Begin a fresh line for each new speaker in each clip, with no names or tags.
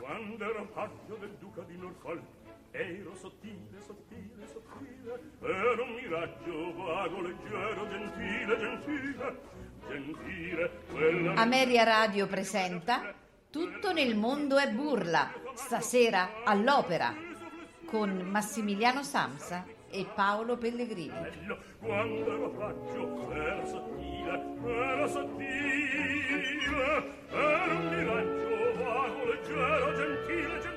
Quando ero paggio del duca di Norfolk, ero sottile, sottile, sottile, ero un miraggio vago, leggero, gentile, gentile, gentile. Quella...
Ameria Radio presenta Tutto nel mondo è burla, stasera all'Opera, con Massimiliano Samsa e Paolo Pellegrini.
Quando ero paggio, ero sottile, ero un miraggio vago, leggero, gentile, gentile.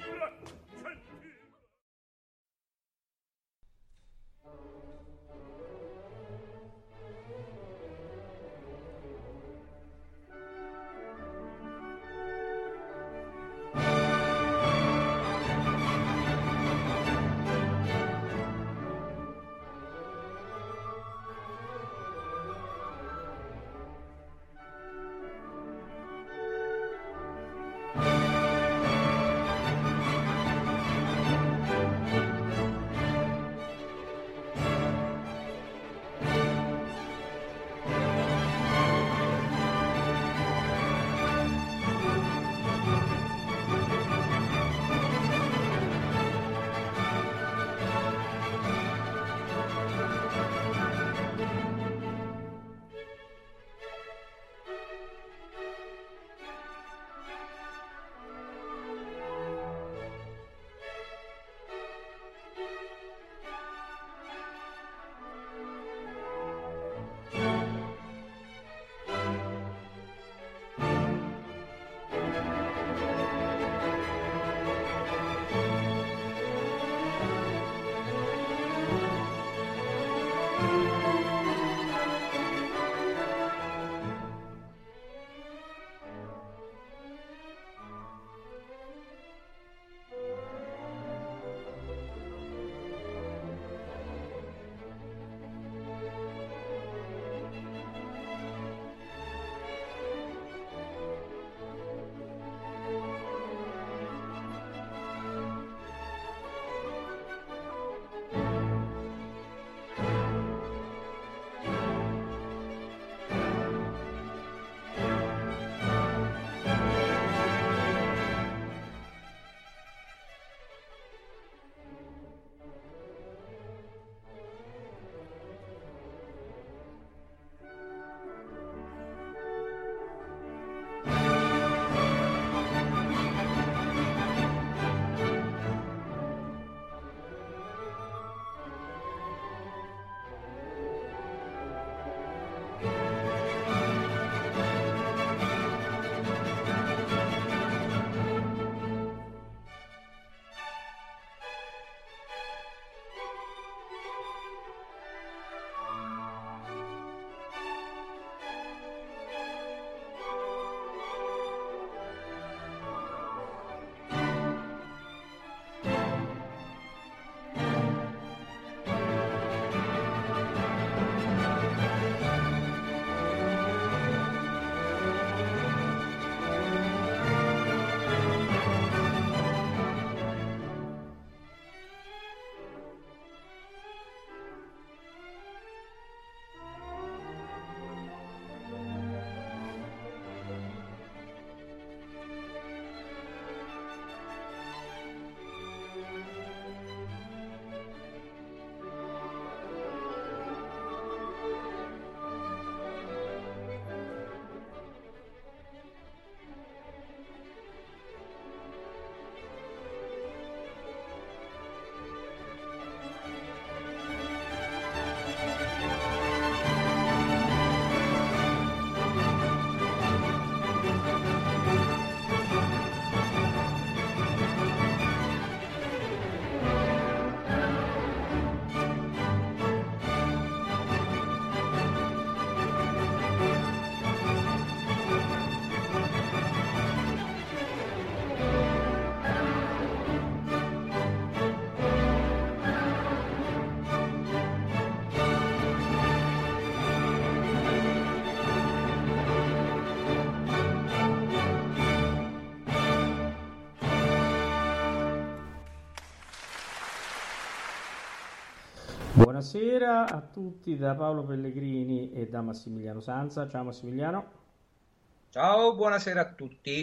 Buonasera a tutti da Paolo Pellegrini e da Massimiliano Sanza. Ciao Massimiliano.
Ciao, buonasera a tutti.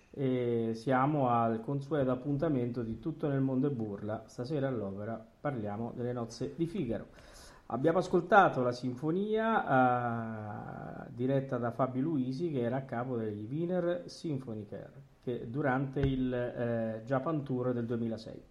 e siamo al consueto appuntamento di Tutto nel mondo è burla. Stasera all'opera parliamo delle nozze di Figaro. Abbiamo ascoltato la sinfonia diretta da Fabio Luisi, che era a capo degli Wiener Sinfoniker, che durante il Japan Tour del 2006.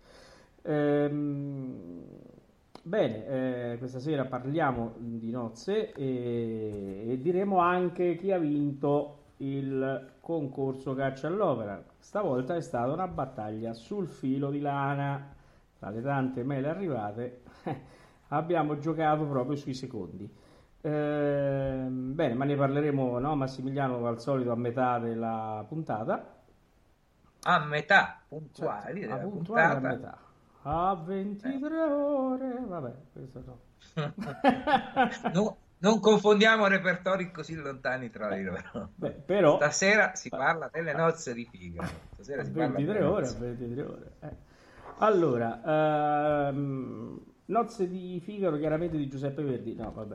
Bene, questa sera parliamo di nozze e diremo anche chi ha vinto il concorso Caccia all'Opera. Stavolta è stata una battaglia sul filo di lana, tra le tante mail arrivate. Abbiamo giocato proprio sui secondi. Bene, ma ne parleremo, no, Massimiliano, al solito a metà della puntata.
A metà, puntuali,
certo,
della
puntuale
puntata.
a metà. A 23 ore. Vabbè, questo no.
Non confondiamo repertori così lontani tra di loro.
Beh, però
Stasera si parla delle nozze di Figaro. Stasera si parla
23
delle
ore,
nozze.
23 ore. Allora, nozze di Figaro, chiaramente di Giuseppe Verdi, no, vabbè,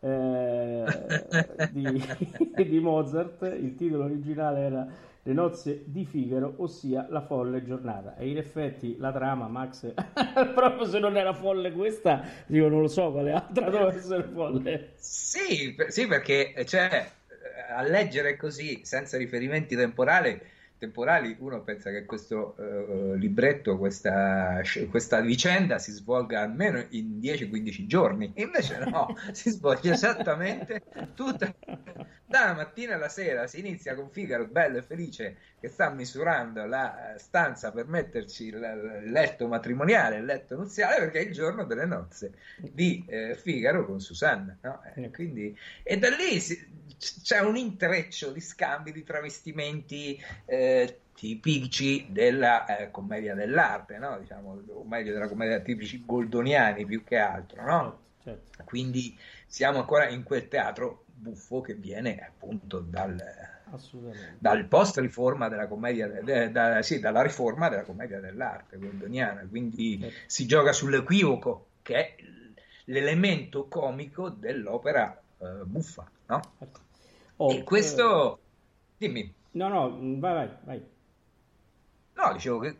di Mozart. Il titolo originale era Le nozze di Figaro, ossia La folle giornata. E in effetti la trama, Max, proprio se non era folle questa, io non lo so quale altra doveva essere folle.
Sì, perché a leggere così, senza riferimenti temporali, uno pensa che questo libretto, questa vicenda si svolga almeno in 10-15 giorni. Invece no, si svolge esattamente tutta dalla mattina alla sera. Si inizia con Figaro bello e felice che sta misurando la stanza per metterci il letto matrimoniale, il letto nuziale, perché è il giorno delle nozze di Figaro con Susanna, no? Quindi, e da lì c'è un intreccio di scambi, di travestimenti tipici della commedia dell'arte, no? Diciamo, o meglio della commedia tipici goldoniani più che altro, no?
Certo.
Quindi siamo ancora in quel teatro buffo che viene appunto dal post-riforma della commedia, dalla riforma della commedia dell'arte goldoniana. Quindi si gioca sull'equivoco, che è l'elemento comico dell'opera buffa, no? E questo, dimmi.
No, vai.
No, dicevo che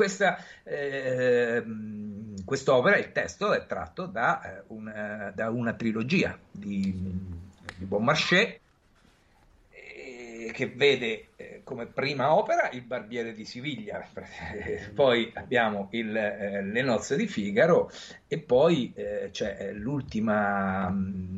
quest'opera, il testo è tratto da una trilogia di Beaumarchais, che vede come prima opera Il Barbiere di Siviglia, poi abbiamo Le nozze di Figaro, e poi c'è l'ultima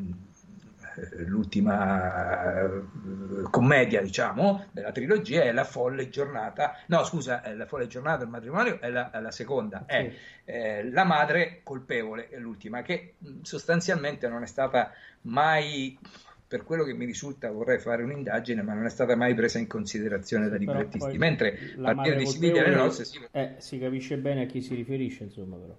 commedia, diciamo, della trilogia è La folle giornata. No, scusa, La folle giornata del matrimonio è la seconda, è La madre colpevole, è l'ultima, che sostanzialmente non è stata mai, per quello che mi risulta, vorrei fare un'indagine, ma non è stata mai presa in considerazione dai librettisti, mentre
La
Barbiere
madre
di Siviglia e Le nozze
si capisce bene a chi si riferisce, insomma, però.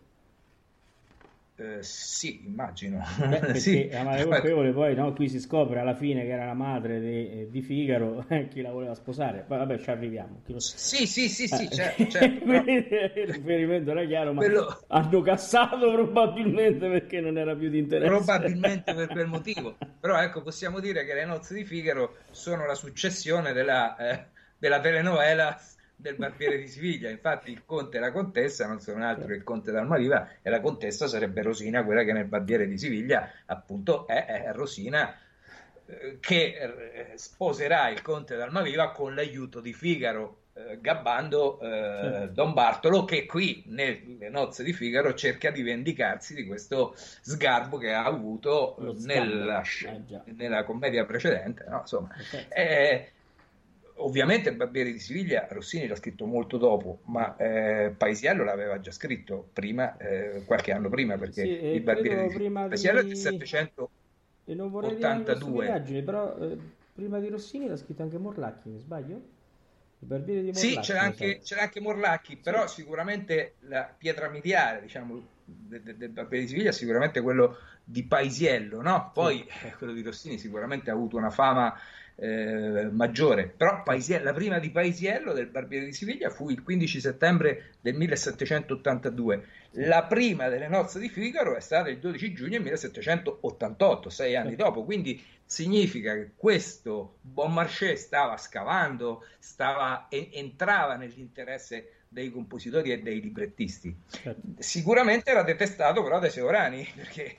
Sì, immagino.
Perché
sì.
la madre colpevole poi, no, qui si scopre alla fine che era la madre di Figaro, chi la voleva sposare. Poi vabbè, ci arriviamo.
Sì, certo.
Quindi il riferimento era chiaro, ma hanno cassato probabilmente perché non era più di interesse.
Probabilmente per quel motivo. Però ecco, possiamo dire che Le nozze di Figaro sono la successione della telenovela del Barbiere di Siviglia. Infatti il conte e la contessa non sono altro che il conte d'Almaviva, e la contessa sarebbe Rosina, quella che nel Barbiere di Siviglia appunto è Rosina, che sposerà il conte d'Almaviva con l'aiuto di Figaro, gabbando Don Bartolo, che qui nelle nozze di Figaro cerca di vendicarsi di questo sgarbo che ha avuto nella commedia precedente, no? Insomma, ovviamente il Barbiere di Siviglia Rossini l'ha scritto molto dopo, ma Paisiello l'aveva già scritto prima, qualche anno prima, perché il Barbiere di Siviglia Paisiello è del 782.
E non vorrei dire però prima di Rossini l'ha scritto anche Morlacchi, mi sbaglio? Il Barbiere di Morlacchi.
Sì, c'era anche Morlacchi, però sicuramente la pietra miliare, diciamo, del Barbiere di Siviglia è sicuramente quello di Paisiello, no? Poi quello di Rossini sicuramente ha avuto una fama maggiore. Però la prima di Paisiello, del Barbiere di Siviglia, fu il 15 settembre del 1782. La prima delle nozze di Figaro è stata il 12 giugno 1788, 6 anni dopo. Quindi significa che questo Beaumarchais stava scavando, entrava nell'interesse dei compositori e dei librettisti.
Certo.
Sicuramente era detestato però dai Seorani, perché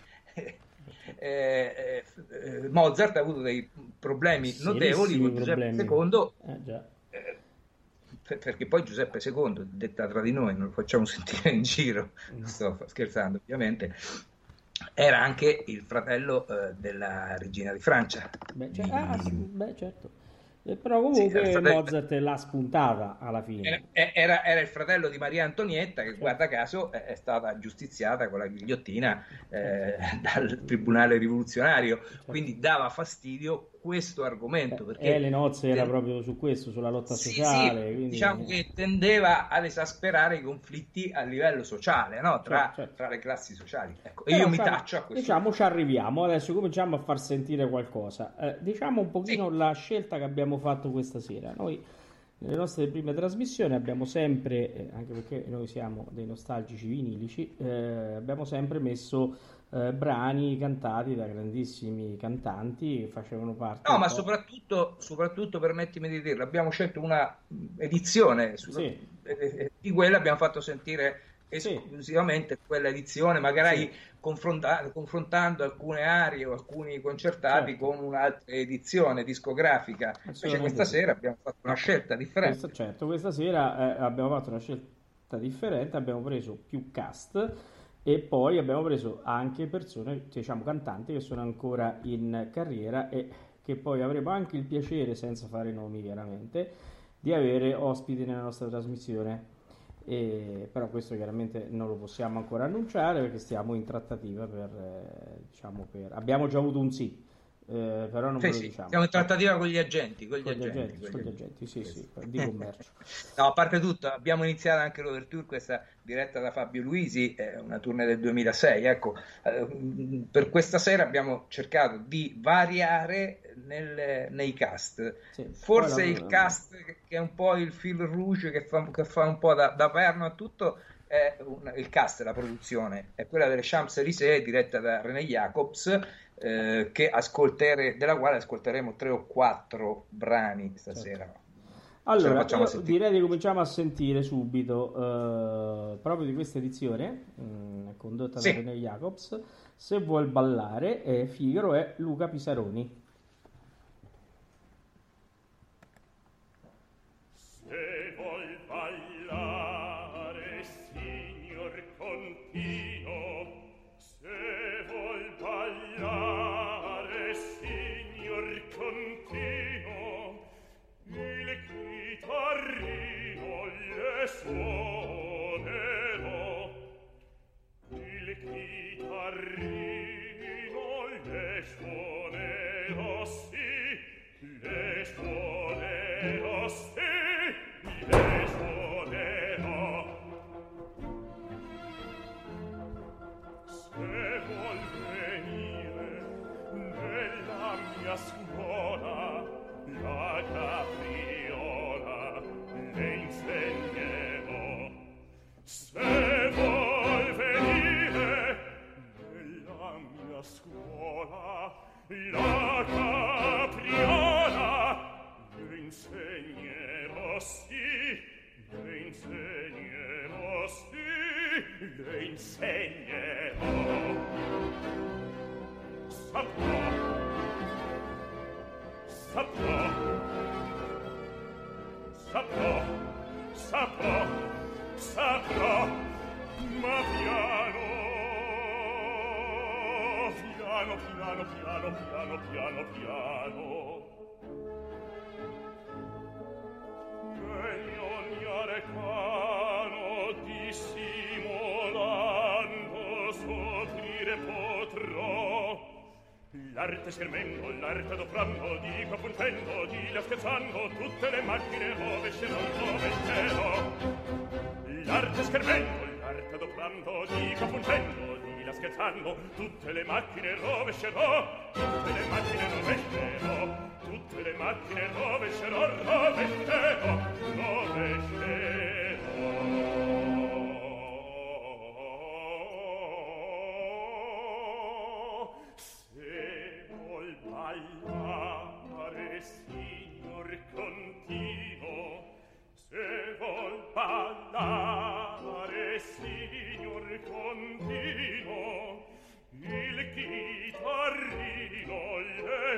Mozart ha avuto dei problemi notevoli con Giuseppe II, perché poi Giuseppe II, detta tra di noi, non lo facciamo sentire in giro, sto scherzando ovviamente, era anche il fratello della regina di Francia.
Certo. Però comunque Mozart l'ha spuntata alla fine.
Era il fratello di Maria Antonietta, che guarda caso è stata giustiziata con la ghigliottina dal tribunale rivoluzionario, quindi dava fastidio questo argomento, perché
le nozze era proprio su questo, sulla lotta sociale,
sì,
quindi...
diciamo che tendeva ad esasperare i conflitti a livello sociale, no? Tra le classi sociali. Ecco, e io mi taccio a questo.
Diciamo, ci arriviamo, adesso cominciamo a far sentire qualcosa. Diciamo un pochino la scelta che abbiamo fatto questa sera. Noi nelle nostre prime trasmissioni abbiamo sempre, anche perché noi siamo dei nostalgici vinilici, abbiamo sempre messo brani cantati da grandissimi cantanti che facevano parte...
No, ma soprattutto, permettimi di dirlo, abbiamo scelto una edizione, di quella abbiamo fatto sentire esclusivamente quella edizione, magari confrontando alcune arie o alcuni concertati con un'altra edizione discografica. Invece questa sera abbiamo fatto una scelta differente.
Questa sera abbiamo fatto una scelta differente, abbiamo preso più cast e poi abbiamo preso anche persone, diciamo cantanti che sono ancora in carriera e che poi avremo anche il piacere, senza fare nomi chiaramente, di avere ospiti nella nostra trasmissione. Però questo chiaramente non lo possiamo ancora annunciare perché stiamo in trattativa abbiamo già avuto un sì, però non ve lo diciamo.
Siamo in trattativa con gli agenti,
con gli agenti, di commercio.
No, a parte tutto, abbiamo iniziato anche l'Overture, questa diretta da Fabio Luisi, una tournée del 2006. Ecco, per questa sera abbiamo cercato di variare nei cast. Forse il cast che è un po' il fil rouge, che fa un po' da perno a tutto, è il cast, la produzione è quella delle Champs-Élysées, diretta da René Jacobs, della quale ascolteremo 3 o 4 brani stasera.
Allora, direi di cominciamo a sentire subito proprio di questa edizione condotta da René Jacobs. Se vuol ballare, Figaro è Luca Pisaroni.
Se vuol ballare, signor Contino, se vuol ballare, signor Contino, il chitarrino le suonerò, il chitarrino le suonerò, sì, le suonerò, sì, le suonerò. Se vuol venire nella mia scuola, la capriola le insegnerò. Se vuol venire nella mia scuola, la capriola le insegnerò, sì, le insegnerò, sì, le insegnerò. Saprò, ma piano, meglio ogni arecano dissimulando soffrire potrò. L'arte schermendo, l'arte adoprando, dico puntendo, dillo scherzando, tutte le macchine rovescerò. L'arte schermendo, l'arte adoprando, dico puntendo, dillo scherzando, tutte le macchine rovescerò. Tutte le macchine rovescerò. tutte le macchine rovescerò, rovescerò, se vuol ballare signor continuo, se vuol ballare signor continuo, il chitarrino le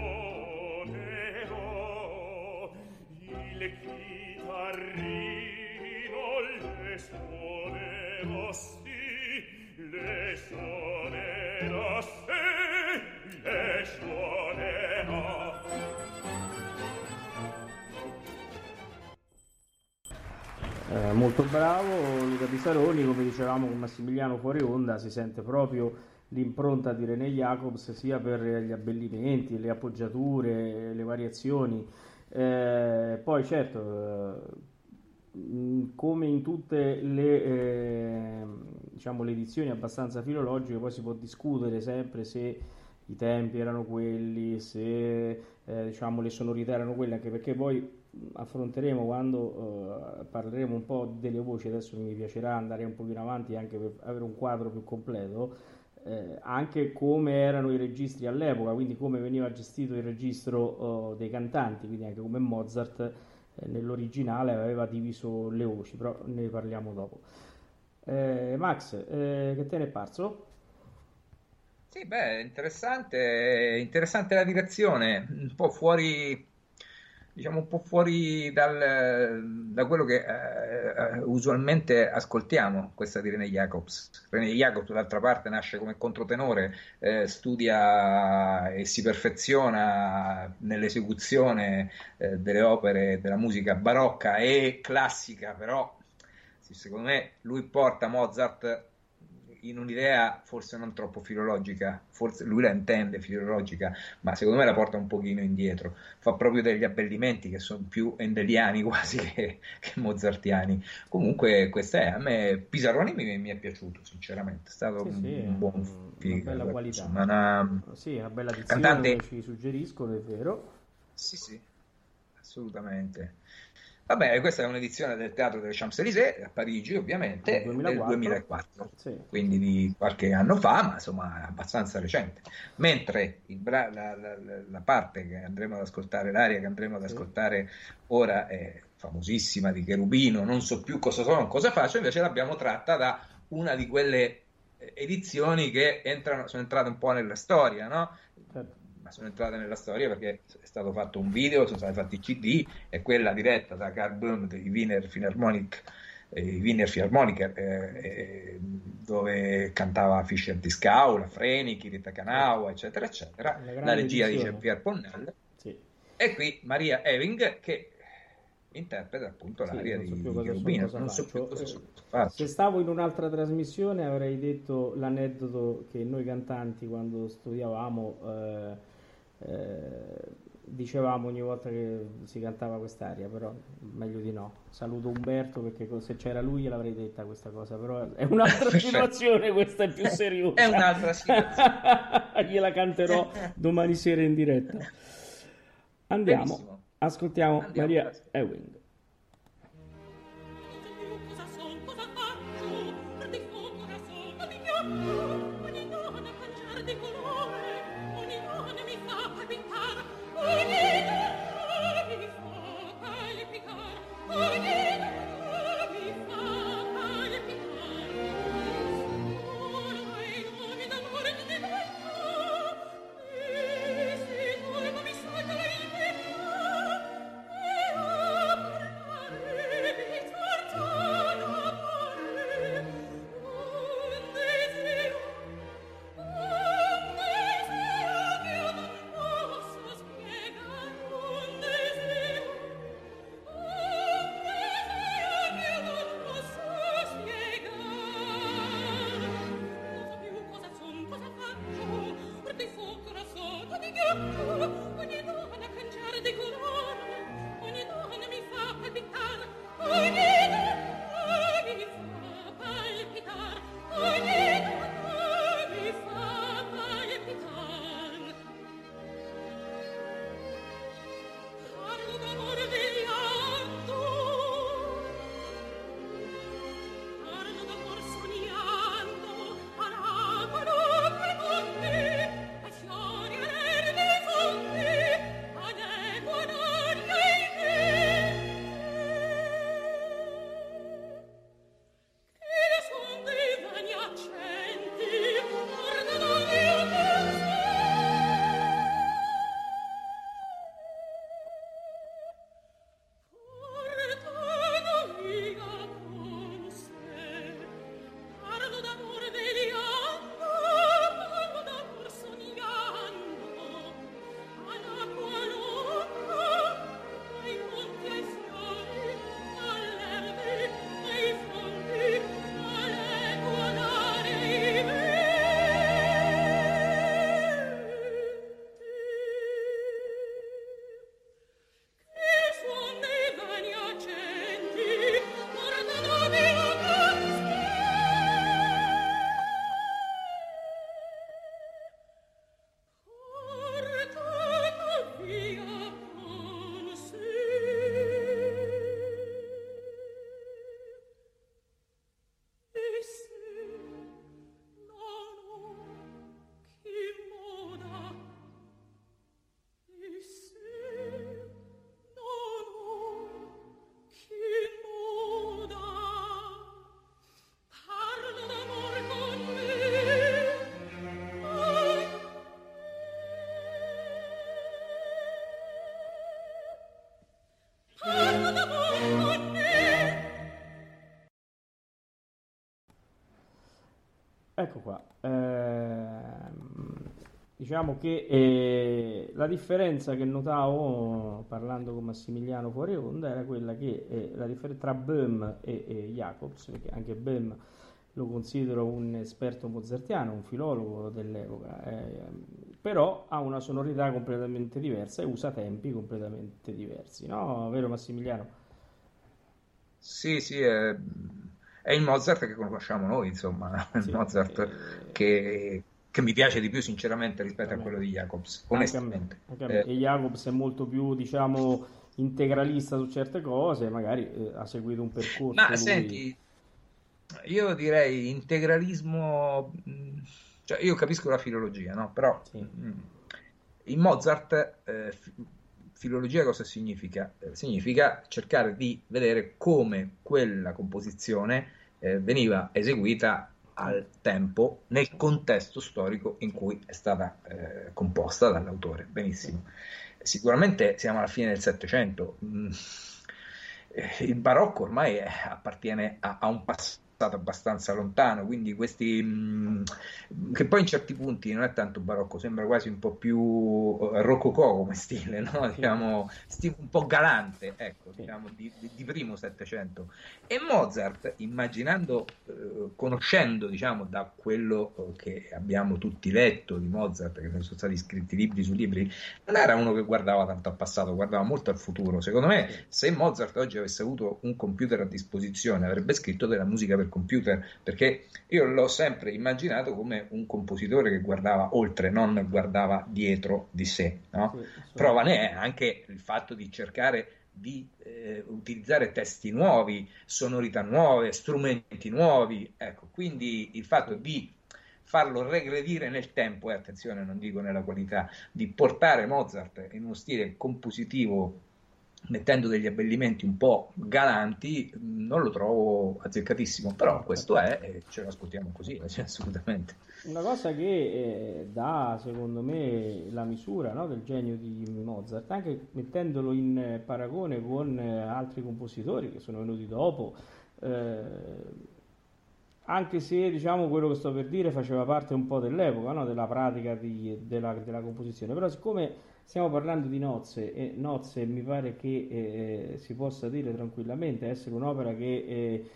suonerò, il chitarrino le suonerò, sì, le suonerò, sì, le suonerò.
Molto bravo Luca Pisaroni, come dicevamo con Massimiliano fuori onda, si sente proprio l'impronta di René Jacobs sia per gli abbellimenti, le appoggiature, le variazioni. Poi certo, come in tutte le, diciamo, le edizioni abbastanza filologiche, poi si può discutere sempre se i tempi erano quelli, se diciamo, le sonorità erano quelle, anche perché poi affronteremo quando parleremo un po' delle voci. Adesso mi piacerà andare un pochino avanti anche per avere un quadro più completo, anche come erano i registri all'epoca, quindi come veniva gestito il registro dei cantanti, quindi anche come Mozart nell'originale aveva diviso le voci, però ne parliamo dopo. Max, che te ne è parso?
Sì, beh, interessante la direzione, un po' fuori, diciamo un po' fuori da quello che usualmente ascoltiamo, questa di René Jacobs. René Jacobs, d'altra parte, nasce come controtenore, studia e si perfeziona nell'esecuzione delle opere della musica barocca e classica, però sì, secondo me lui porta Mozart in un'idea forse non troppo filologica, forse lui la intende filologica, ma secondo me la porta un pochino indietro, fa proprio degli abbellimenti che sono più endeliani quasi che mozartiani. Comunque questa è, a me Pisaroni mi è piaciuto sinceramente, è stato un buon
una bella qualità,
insomma,
una bella dizione,
cantante,
come ci suggeriscono, è vero?
sì, assolutamente. Vabbè, questa è un'edizione del Teatro delle Champs-Élysées a Parigi, ovviamente, del 2004,
sì.
Quindi di qualche anno fa, ma insomma è abbastanza recente. Mentre la parte che andremo ad ascoltare, l'aria che andremo ad ascoltare ora è famosissima di Cherubino, non so più cosa sono, cosa faccio, invece l'abbiamo tratta da una di quelle edizioni che sono entrate un po' nella storia, no? Ma sono entrate nella storia perché è stato fatto un video, sono stati fatti CD, e quella diretta da Karl Böhm dei Wiener Philharmoniker, dove cantava Fischer-Dieskau, la Freni, Rita Kanao, eccetera, eccetera, la regia di Jean-Pierre Ponnelle, sì. E qui Maria Ewing che interpreta appunto l'aria di Cherubino. Non so più cosa faccio.
Se stavo in un'altra trasmissione avrei detto l'aneddoto che noi cantanti, quando studiavamo, dicevamo ogni volta che si cantava quest'aria, però meglio di no. Saluto Umberto, perché se c'era lui gliel'avrei detta questa cosa, però è un'altra situazione, questa è più seriosa.
È un'altra situazione.
Gliela canterò domani sera in diretta. Andiamo. Benissimo. Ascoltiamo Maria Ewing. ecco qua. Diciamo che la differenza che notavo parlando con Massimiliano fuori onda era quella che la differenza tra Böhm e Jacobs, perché anche Böhm lo considero un esperto mozartiano, un filologo dell'epoca, però ha una sonorità completamente diversa e usa tempi completamente diversi, no? Vero Massimiliano?
Sì, sì, è il Mozart che conosciamo noi, insomma, il
Sì,
Mozart che mi piace di più sinceramente rispetto a quello di Jacobs,
anche a me,
onestamente.
anche a me. E Jacobs è molto più, diciamo, integralista su certe cose, magari ha seguito un percorso
Ma
lui.
senti, io direi integralismo, cioè io capisco la filologia, no? Però
Sì.
in Mozart filologia cosa significa? Significa cercare di vedere come quella composizione veniva eseguita al tempo, nel contesto storico in cui è stata composta dall'autore. Benissimo. Sicuramente siamo alla fine del Settecento. Il barocco ormai appartiene a un passato abbastanza lontano, quindi questi che poi in certi punti non è tanto barocco, sembra quasi un po' più rococò come stile, no? Diciamo, stile un po' galante, ecco, diciamo di primo Settecento. E Mozart, immaginando, conoscendo, diciamo, da quello che abbiamo tutti letto di Mozart, che sono stati scritti libri su libri, non era uno che guardava tanto al passato, guardava molto al futuro. Secondo me, se Mozart oggi avesse avuto un computer a disposizione, avrebbe scritto della musica per computer, perché io l'ho sempre immaginato come un compositore che guardava oltre, non guardava dietro di sé, no? Prova ne è anche il fatto di cercare di utilizzare testi nuovi, sonorità nuove, strumenti nuovi, ecco, quindi il fatto di farlo regredire nel tempo, e attenzione, non dico nella qualità, di portare Mozart in uno stile compositivo mettendo degli abbellimenti un po' galanti, non lo trovo azzeccatissimo, però questo è e ce lo ascoltiamo così, assolutamente.
Una cosa che dà, secondo me, la misura, no, del genio di Mozart, anche mettendolo in paragone con altri compositori che sono venuti dopo, anche se, diciamo, quello che sto per dire faceva parte un po' dell'epoca, no, della pratica della composizione, però siccome stiamo parlando di Nozze, e Nozze mi pare che si possa dire tranquillamente essere un'opera che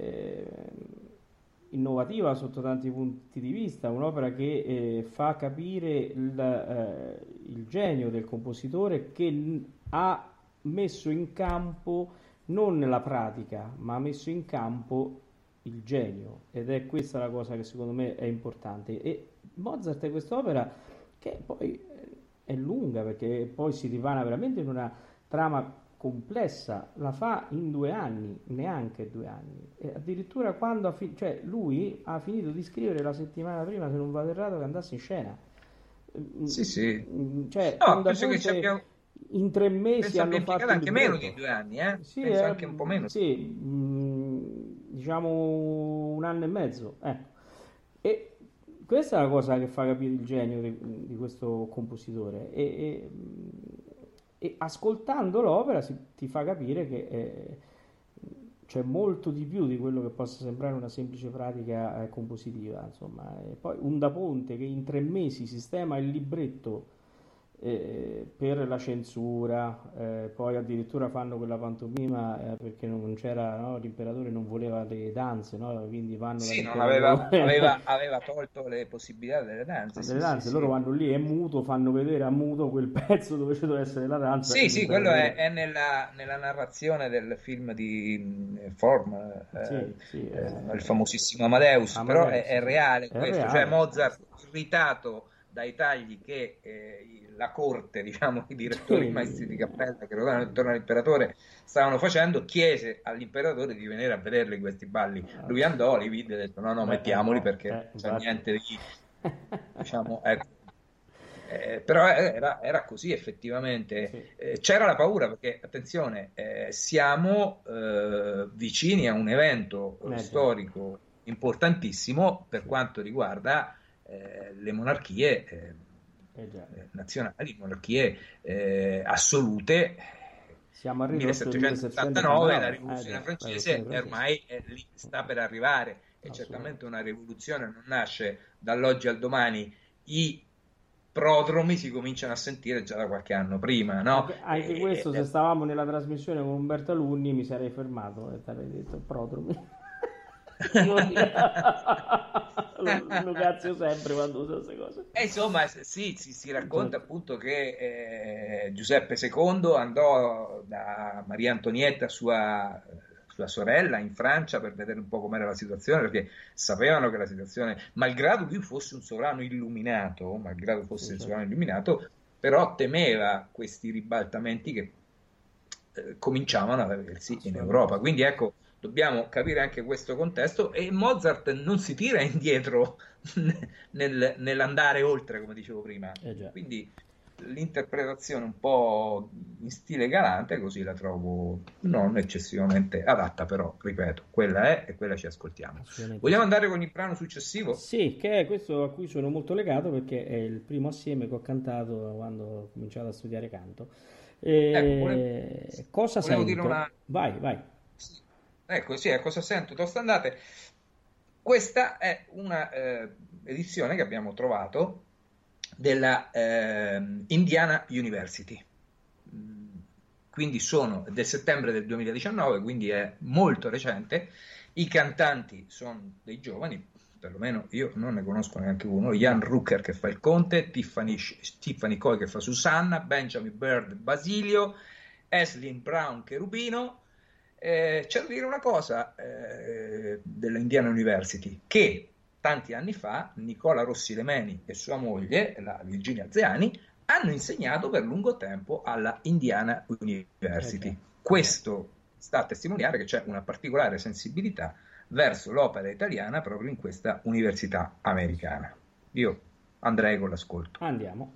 innovativa sotto tanti punti di vista, un'opera che fa capire il genio del compositore che ha messo in campo non la pratica, ma ha messo in campo il genio, ed è questa la cosa che secondo me è importante. E Mozart è quest'opera che poi è lunga, perché poi si rivana veramente in una trama complessa, la fa in 2 anni, neanche 2 anni, e addirittura quando cioè lui ha finito di scrivere la settimana prima, se non vado errato, che andasse in scena.
Sì, sì.
Cioè,
No, penso che ci abbiamo,
in 3 mesi hanno fatto il
anche meno di
libretto.
2 anni,
Sì,
penso anche un po' meno.
sì, diciamo 1 anno e mezzo, ecco. E questa è la cosa che fa capire il genio di questo compositore, e ascoltando l'opera ti fa capire che c'è molto di più di quello che possa sembrare una semplice pratica compositiva, insomma. E poi un da Ponte che in 3 mesi sistema il libretto per la censura, poi addirittura fanno quella pantomima perché non c'era, no? L'imperatore non voleva le danze, no? Quindi vanno
Sì, non
dall'imperatore.
aveva tolto le possibilità delle danze.
Delle
Sì,
danze,
sì,
loro
sì.
vanno lì, è muto, fanno vedere a muto quel pezzo dove ci deve essere la danza, e
Sì, sì, quello è,
l'imperatore.
è nella narrazione del film di Form,
Sì, sì,
il famosissimo Amadeus, però
Amadeus,
è
sì.
reale
È
questo, cioè
reale.
Mozart irritato dai tagli che la corte, diciamo, i direttori, i maestri di
Sì.
cappella che ruotavano intorno all'imperatore stavano facendo, chiese all'imperatore di venire a vederli questi balli. Lui andò, li vide e ha detto no, mettiamoli perché non c'è
Infatti.
niente di, diciamo, ecco. Però era così effettivamente.
Sì.
C'era la paura perché, attenzione, siamo vicini a un evento
Già.
storico importantissimo per quanto riguarda le monarchie
Già.
nazionali, monarchie assolute.
Siamo a ridosso del
1789 la
1789.
rivoluzione
Già, la
francese
rivoluzione francese.
ormai lì sta per arrivare, e certamente una rivoluzione non nasce dall'oggi al domani. I prodromi si cominciano a sentire già da qualche anno prima, no?
Anche questo, se stavamo nella trasmissione con Umberto Alunni, mi sarei fermato e ti avrei detto prodromi. Lo cazzo sempre quando uso queste cose.
E insomma, sì, si racconta appunto che Giuseppe II andò da Maria Antonietta, sua sorella, in Francia per vedere un po' com'era la situazione, perché sapevano che la situazione, malgrado lui fosse un sovrano illuminato, però temeva questi ribaltamenti che cominciavano ad aversi in Europa. Quindi ecco, dobbiamo capire anche questo contesto, e Mozart non si tira indietro nell'andare oltre, come dicevo prima. Quindi l'interpretazione un po' in stile Galante così la trovo non eccessivamente adatta, però ripeto, quella è e quella ci ascoltiamo. Vogliamo andare con il brano successivo?
Sì, che è questo a cui sono molto legato, perché è il primo assieme che ho cantato quando ho cominciato a studiare canto. Cosa sento?
Dire
Vai.
Ecco, sì, cosa sento? Tostandate. Questa è una edizione che abbiamo trovato della Indiana University, quindi sono del settembre del 2019, quindi è molto recente. I cantanti sono dei giovani, perlomeno io non ne conosco neanche uno: Jan Rucker che fa il conte, Tiffany Coy che fa Susanna, Benjamin Bird Basilio, Aislinn Brown Cherubino. C'è da dire una cosa della Indiana University, che tanti anni fa Nicola Rossi Lemeni e sua moglie, la Virginia Zeani, hanno insegnato per lungo tempo alla Indiana University. Questo sta a testimoniare che c'è una particolare sensibilità verso l'opera italiana proprio in questa università americana. Io andrei con l'ascolto.
Andiamo.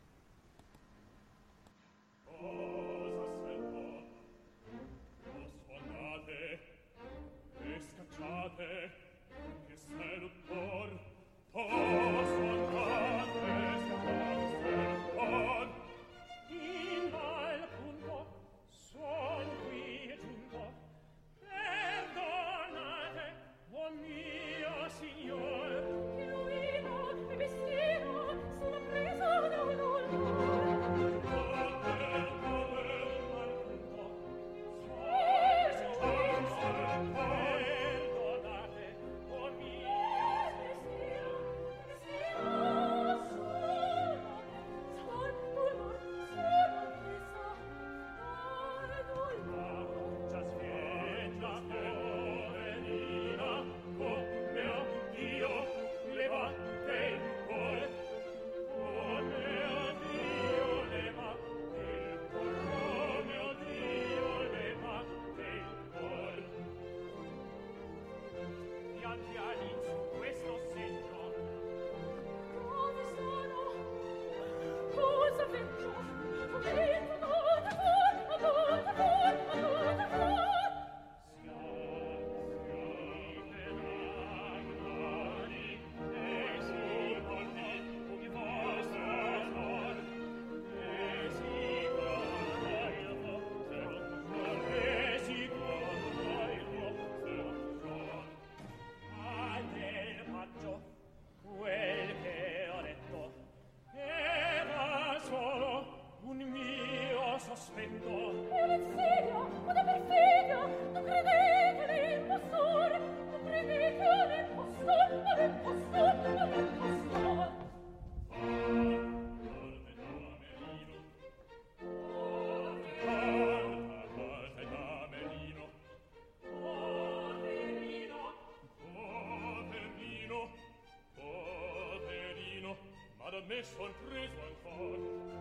Sorpreso ancora.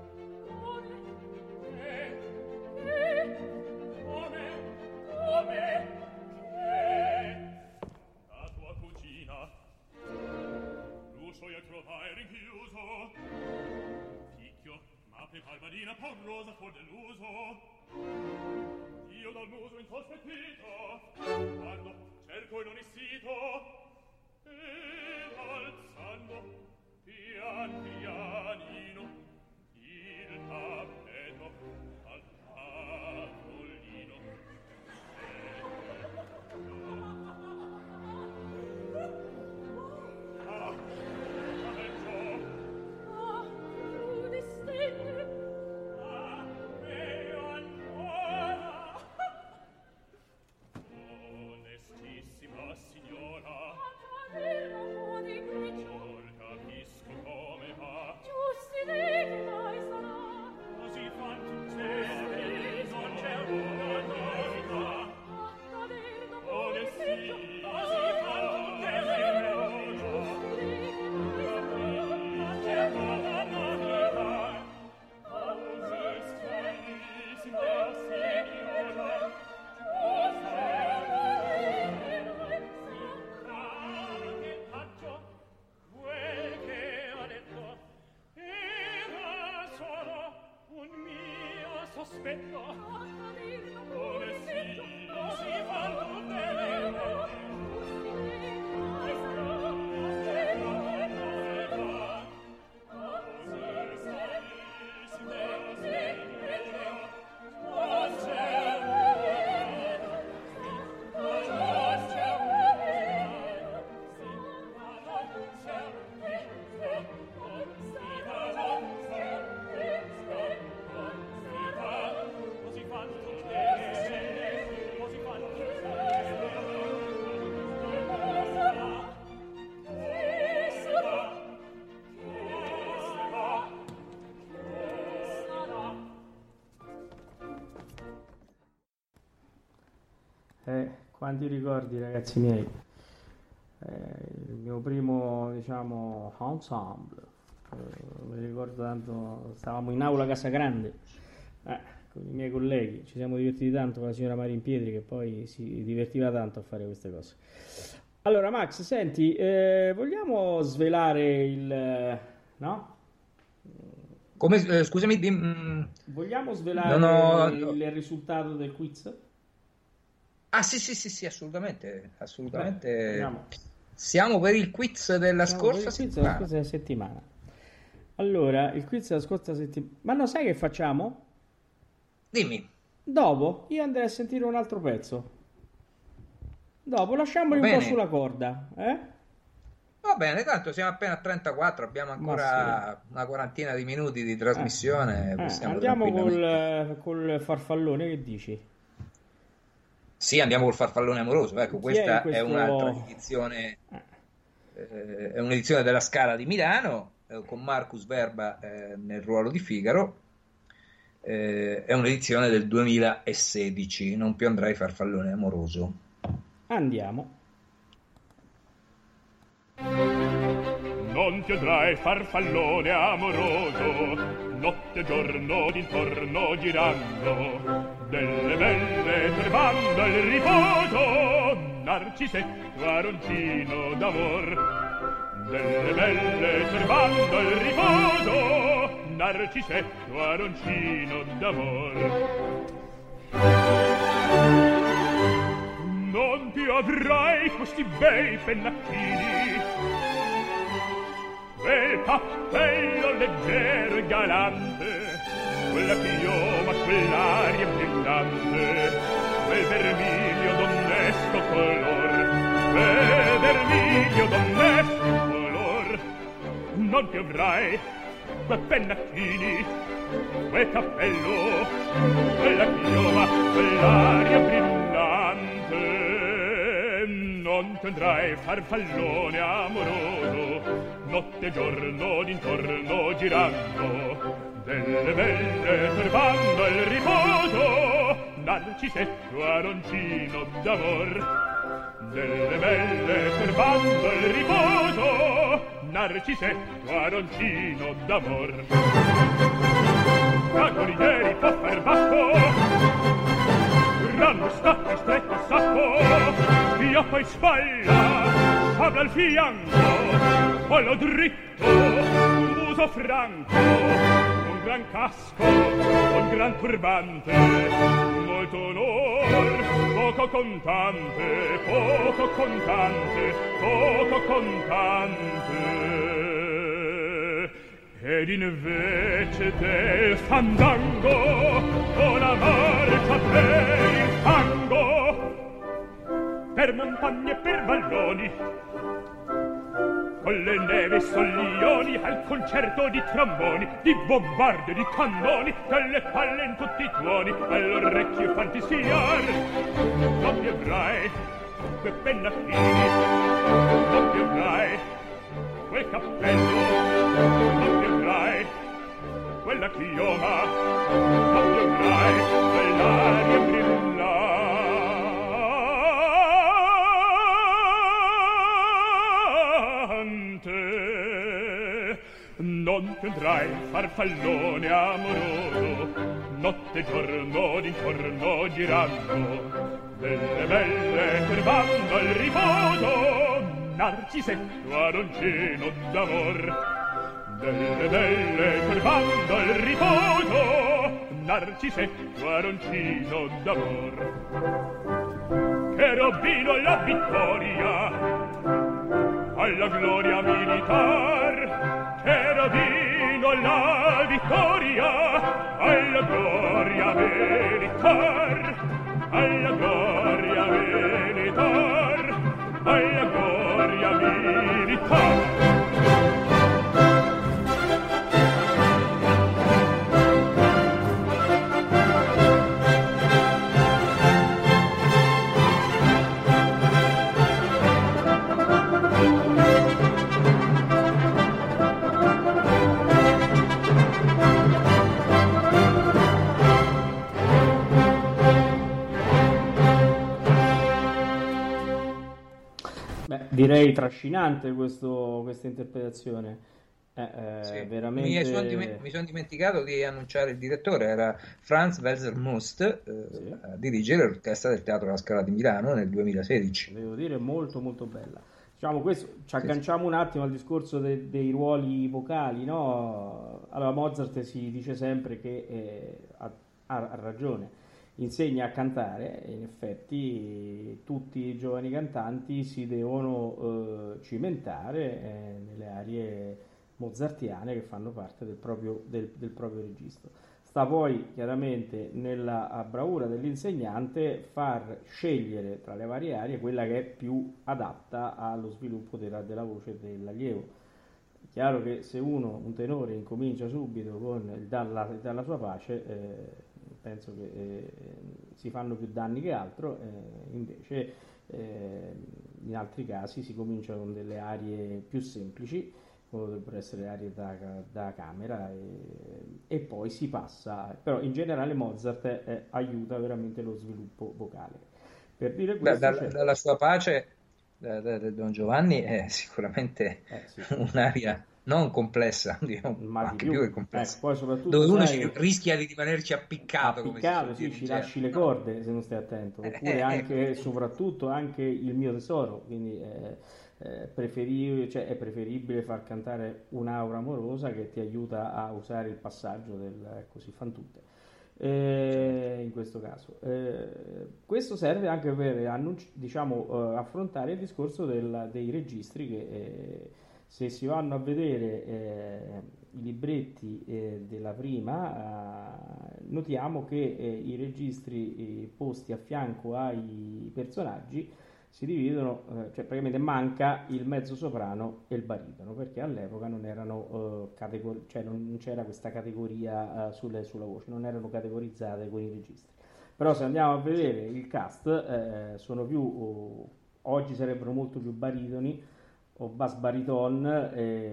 Come? La tua cugina l'uscio io trovai rinchiuso. Picchio, ma per Barbarina paurosa fu deluso. Io dal muso insospettito guardo, cerco in ogni sito, ed alzando pian pianino il tappeto al tavolino.
Quanti ricordi, ragazzi miei. Il mio primo, diciamo, ensemble. Mi ricordo tanto, stavamo in aula Casa Grande con i miei colleghi, ci siamo divertiti tanto con la signora Maria in Pietri, che poi si divertiva tanto a fare queste cose. Allora Max, senti, vogliamo svelare il... no?
Come, scusami,
vogliamo svelare il risultato del quiz?
Ah sì, assolutamente. Siamo per il quiz della scorsa
settimana. Allora, il quiz della scorsa settimana. Ma non sai che facciamo?
Dimmi.
Dopo io andrei a sentire un altro pezzo. Dopo lasciamoli un po' sulla corda,
Va bene, tanto siamo appena a 34, abbiamo ancora una quarantina di minuti di trasmissione.
Andiamo col farfallone, che dici?
Sì, andiamo col farfallone amoroso. Ecco, questa è un'altra edizione, è un'edizione della Scala di Milano, con Marcus Verba nel ruolo di Figaro. È un'edizione del 2016, non più andrai farfallone amoroso.
Andiamo.
Non ti andrai farfallone amoroso, notte e giorno d'intorno girando, delle belle turbando il riposo, Narcisetto aroncino d'amor. Delle belle turbando il riposo, Narcisetto aroncino d'amor. Non ti avrai questi bei pennacchini, quel cappello leggero e galante, quella chioma, quell'aria brillante, quel vermiglio d'onesto color, quel vermiglio d'onesto color. Non ti avrai quei pennacchini, quel cappello, quella chioma, quell'aria brillante. Non ti andrai farfallone amoroso, notte e giorno d'intorno girando, delle belle turbando il riposo, Narcisetto aroncino d'amor. Delle belle turbando il riposo, Narcisetto aroncino d'amor. Cavolieri può far bacco, ranno stacco stretto sacco, fiocco in spalla, sabla al fianco, collo dritto, muso franco, un gran casco, un gran turbante, molto onor, poco contante, poco contante, poco contante. Ed invece del fandango, con la marcia per il fango, per montagne e per valloni, con le neve e soglioni, al concerto di tromboni, di bombarde, di cannoni, delle palle in tutti i tuoni, all'orecchio fantasiar. Non ti avrai quei pennacchini, non ti avrai quel cappello, non ti avrai quella chioma, non ti avrai quell'aria brillante. Non ti andrai farfallone amoroso, notte e giorno d'intorno girando, delle belle turbando il riposo, Narcisetto aroncino d'amor. Delle belle turbando il riposo, narcisetto aroncino d'amor. Cherubino alla vittoria, alla gloria militar. Cherubino alla vittoria, alla gloria militar. Alla gloria militar, alla gloria militar.
Direi trascinante questa interpretazione.
Sì.
Veramente...
Mi sono dimenticato di annunciare il direttore, era Franz Welser Must, a dirigere l'orchestra del Teatro La Scala di Milano nel 2016.
Devo dire molto molto bella. Diciamo questo, ci agganciamo un attimo al discorso dei ruoli vocali, no? Allora Mozart si dice sempre che ha ragione, insegna a cantare e in effetti tutti i giovani cantanti si devono cimentare nelle arie mozartiane che fanno parte del proprio registro. Sta poi chiaramente nella bravura dell'insegnante far scegliere tra le varie arie quella che è più adatta allo sviluppo della voce dell'allievo. È chiaro che se un tenore incomincia subito con il dalla sua pace, penso che si fanno più danni che altro, invece in altri casi si comincia con delle arie più semplici, come dovrebbero essere le arie da camera, e poi si passa, però in generale Mozart aiuta veramente lo sviluppo vocale. Per dire questo,
dalla sua pace Don Giovanni è sicuramente
sì,
un'aria non complessa,
ma
anche
di
più che complessa,
poi soprattutto
dove uno rischia di rimanerci appiccato, come
sì, ci lasci le corde se non stai attento, oppure anche soprattutto anche il mio tesoro, quindi è preferibile far cantare un'aura amorosa che ti aiuta a usare il passaggio del così fan tutte. In questo caso questo serve anche per affrontare il discorso dei registri che se si vanno a vedere i libretti della prima, notiamo che i registri posti a fianco ai personaggi si dividono, cioè praticamente manca il mezzo soprano e il baritono, perché all'epoca non erano cioè non c'era questa categoria sulla voce, non erano categorizzate con i registri. Però se andiamo a vedere il cast, sono più oggi sarebbero molto più baritoni o bass bariton,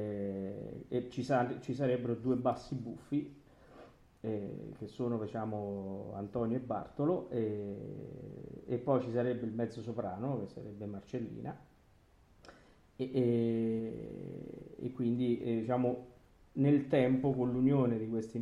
e ci sarebbero due bassi buffi, che sono diciamo Antonio e Bartolo, e poi ci sarebbe il mezzo soprano che sarebbe Marcellina, e quindi diciamo nel tempo, con l'unione di questi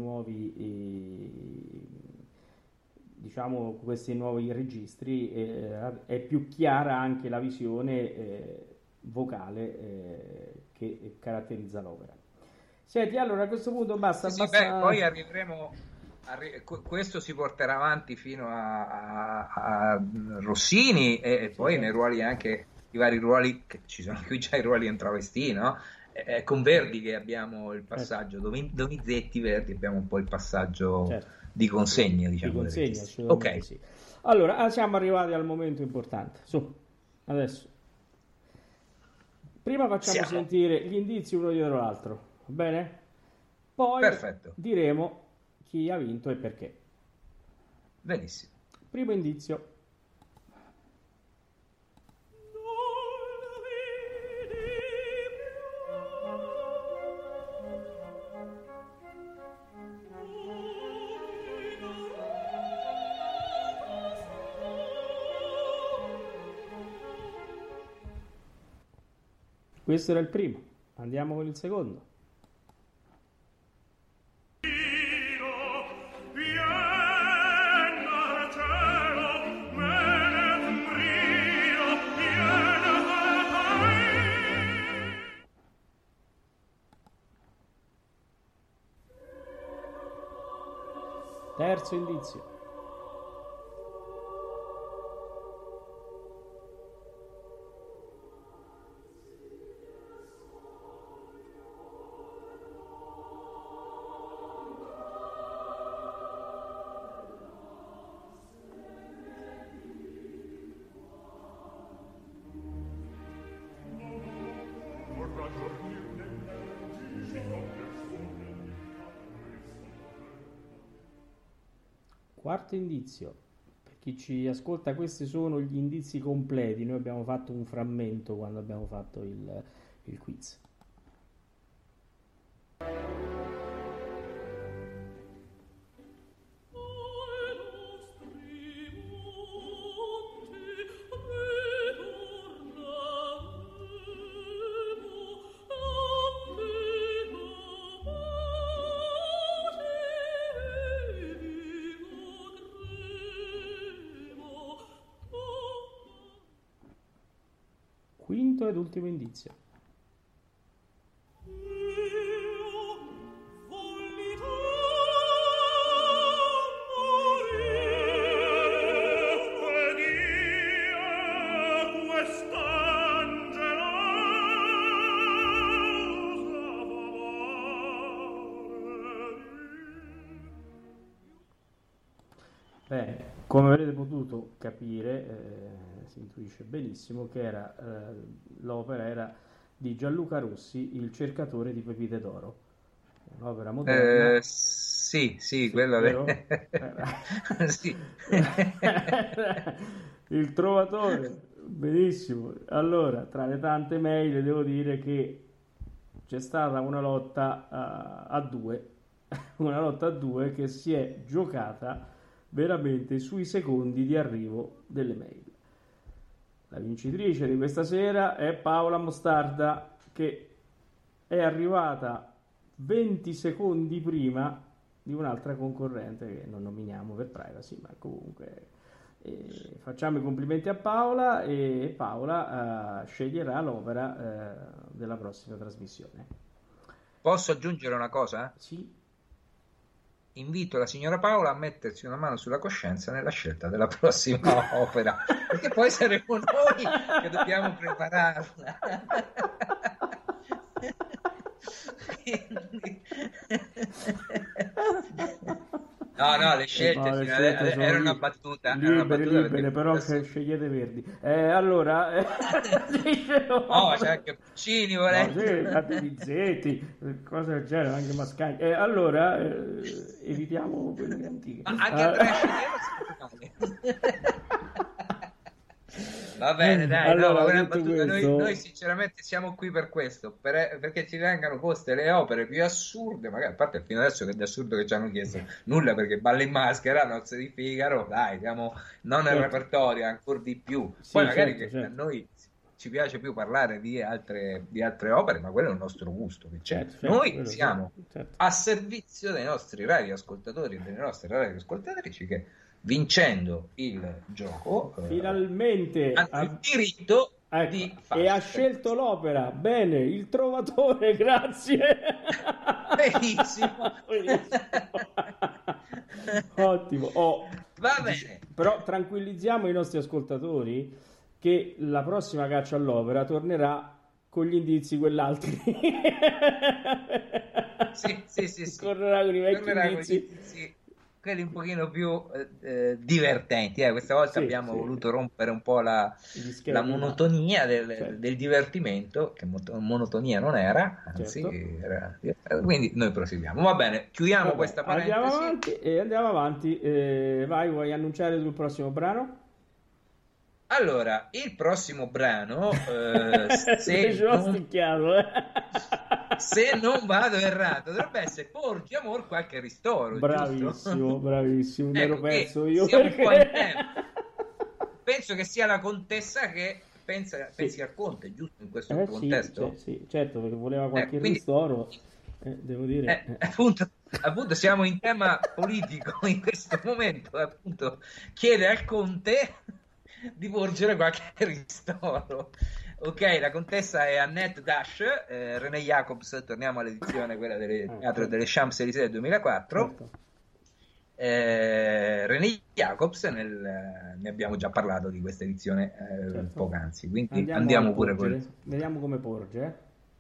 nuovi registri, è più chiara anche la visione vocale che caratterizza l'opera. Senti, allora a questo punto basta.
Poi arriveremo. Questo si porterà avanti fino a Rossini, e poi nei ruoli, anche i vari ruoli, che ci sono qui già i ruoli in travestì, no? Con Verdi che abbiamo il passaggio, Donizetti, Verdi abbiamo un po' il passaggio di consegna, diciamo. Ok.
Sì. Allora, siamo arrivati al momento importante. Su, adesso. Prima facciamo sentire gli indizi uno dietro l'altro, va bene? Poi diremo chi ha vinto e perché.
Benissimo.
Primo indizio. Questo era il primo, andiamo con il secondo. Terzo indizio. Quarto indizio. Per chi ci ascolta, questi sono gli indizi completi. Noi abbiamo fatto un frammento quando abbiamo fatto il quiz. Quinto ed ultimo indizio. Bene, come avrete potuto capire, si intuisce benissimo che l'opera era di Gianluca Rossi, Il cercatore di pepite d'oro. Un'opera moderna.
Sì,
Sì,
quello
vero?
sì.
Il trovatore, benissimo. Allora, tra le tante mail devo dire che c'è stata una lotta a due, una lotta a due che si è giocata veramente sui secondi di arrivo delle mail. La vincitrice di questa sera è Paola Mostarda, che è arrivata 20 secondi prima di un'altra concorrente che non nominiamo per privacy, ma comunque facciamo i complimenti a Paola, e Paola sceglierà l'opera della prossima trasmissione.
Posso aggiungere una cosa?
Sì.
Invito la signora Paola a mettersi una mano sulla coscienza nella scelta della prossima opera, perché poi saremo noi che dobbiamo prepararla. No, le scelte,
No, le
signora,
scelte sono
era una battuta.
libere,
Perché
però
adesso...
scegliete Verdi. Allora, dicevo...
Oh, c'è anche Puccini,
No,
volendo.
sì, infatti Bizzetti, cose del genere, anche Mascagni. Allora, evitiamo quelle antiche.
Ma anche Andrea Scemo. Va bene, dai,
allora,
no, ma quella
detto
battuta,
questo...
noi sinceramente siamo qui per questo, perché ci vengano poste le opere più assurde, magari a parte fino adesso che di assurdo che ci hanno chiesto nulla, perché Balla in Maschera, Nozze di Figaro, dai, siamo non nel
Certo.
repertorio, ancora di più.
Sì,
Poi magari
certo,
che a
certo.
noi ci piace più parlare di altre opere, ma quello è il nostro gusto, che c'è.
Certo,
Noi
quello
siamo
sì, certo.
a servizio dei nostri radioascoltatori e delle nostre radioascoltatrici che, vincendo il gioco,
Finalmente
hanno il diritto
ecco,
di
e ha
farlo.
scelto l'opera. Bene, il trovatore, grazie.
Benissimo.
Ottimo.
Va bene.
Però tranquillizziamo i nostri ascoltatori che la prossima caccia all'opera tornerà con gli indizi quell'altri.
Sì.
Correrà con i vecchi
Tornerà con gli
indizi.
indizi, quelli un pochino più divertenti. Questa volta
Sì,
abbiamo
sì.
voluto rompere un po' la monotonia
Certo.
del divertimento, che monotonia non era, anzi,
Certo.
quindi noi proseguiamo. Va bene, chiudiamo
Vabbè,
questa parentesi.
Andiamo avanti. Vai, vuoi annunciare sul prossimo brano?
Allora, il prossimo brano, se non vado errato, dovrebbe essere Porgi amor qualche ristoro.
Bravissimo, bravissimo. Mi ero perso io.
Siamo un po' in tempo. Penso che sia la contessa che pensi al conte, giusto, in questo contesto?
Sì, certo, perché voleva qualche
quindi,
ristoro. Devo dire.
Appunto, siamo in tema politico in questo momento. Appunto, chiede al conte di porgere qualche ristoro. Ok, la contessa è Annette Dash, René Jacobs, torniamo all'edizione quella del Teatro delle Champs-Élysées del 2004.
Certo.
René Jacobs, ne abbiamo già parlato di questa edizione poc'anzi, quindi andiamo pure con...
Vediamo come porge.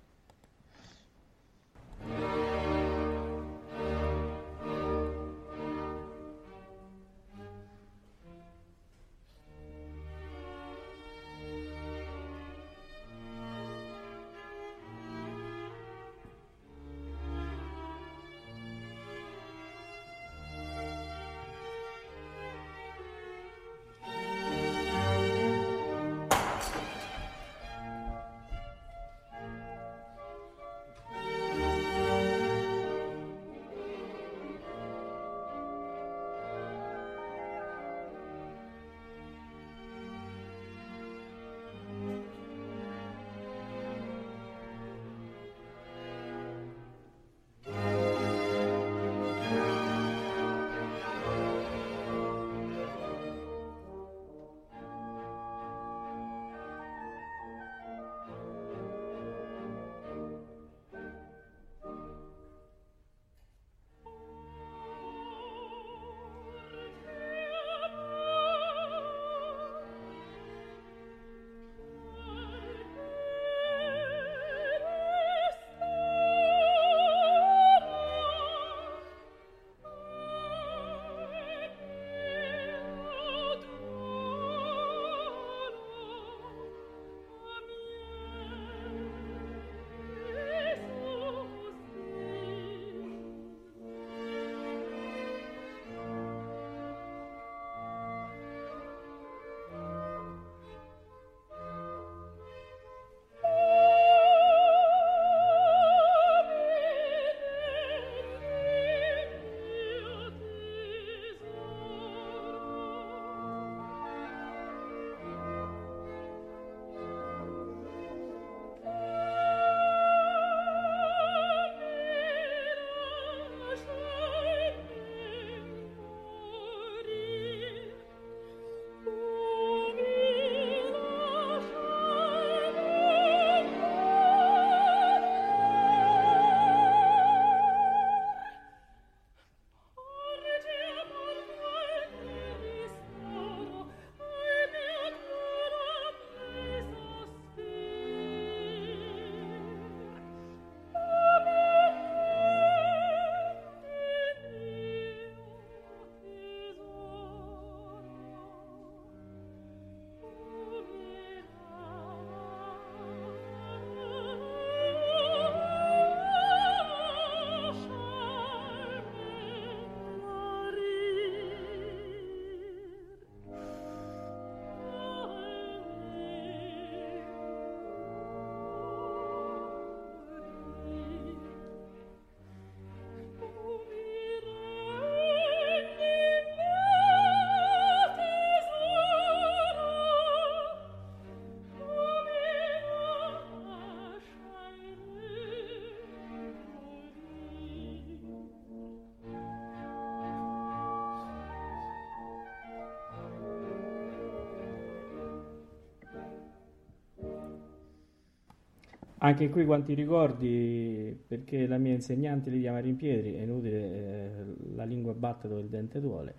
Anche qui quanti ricordi, perché la mia insegnante Lidia Marimpietri, è inutile, la lingua batte dove il dente duole,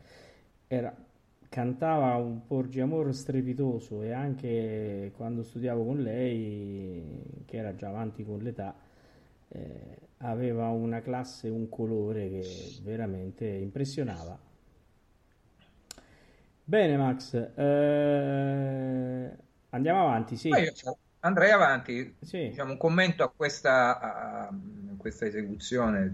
cantava un Porgi Amor strepitoso, e anche quando studiavo con lei, che era già avanti con l'età, aveva una classe, un colore che veramente impressionava. Bene Max, andiamo avanti, sì.
Andrei avanti,
Sì.
diciamo, un commento a questa esecuzione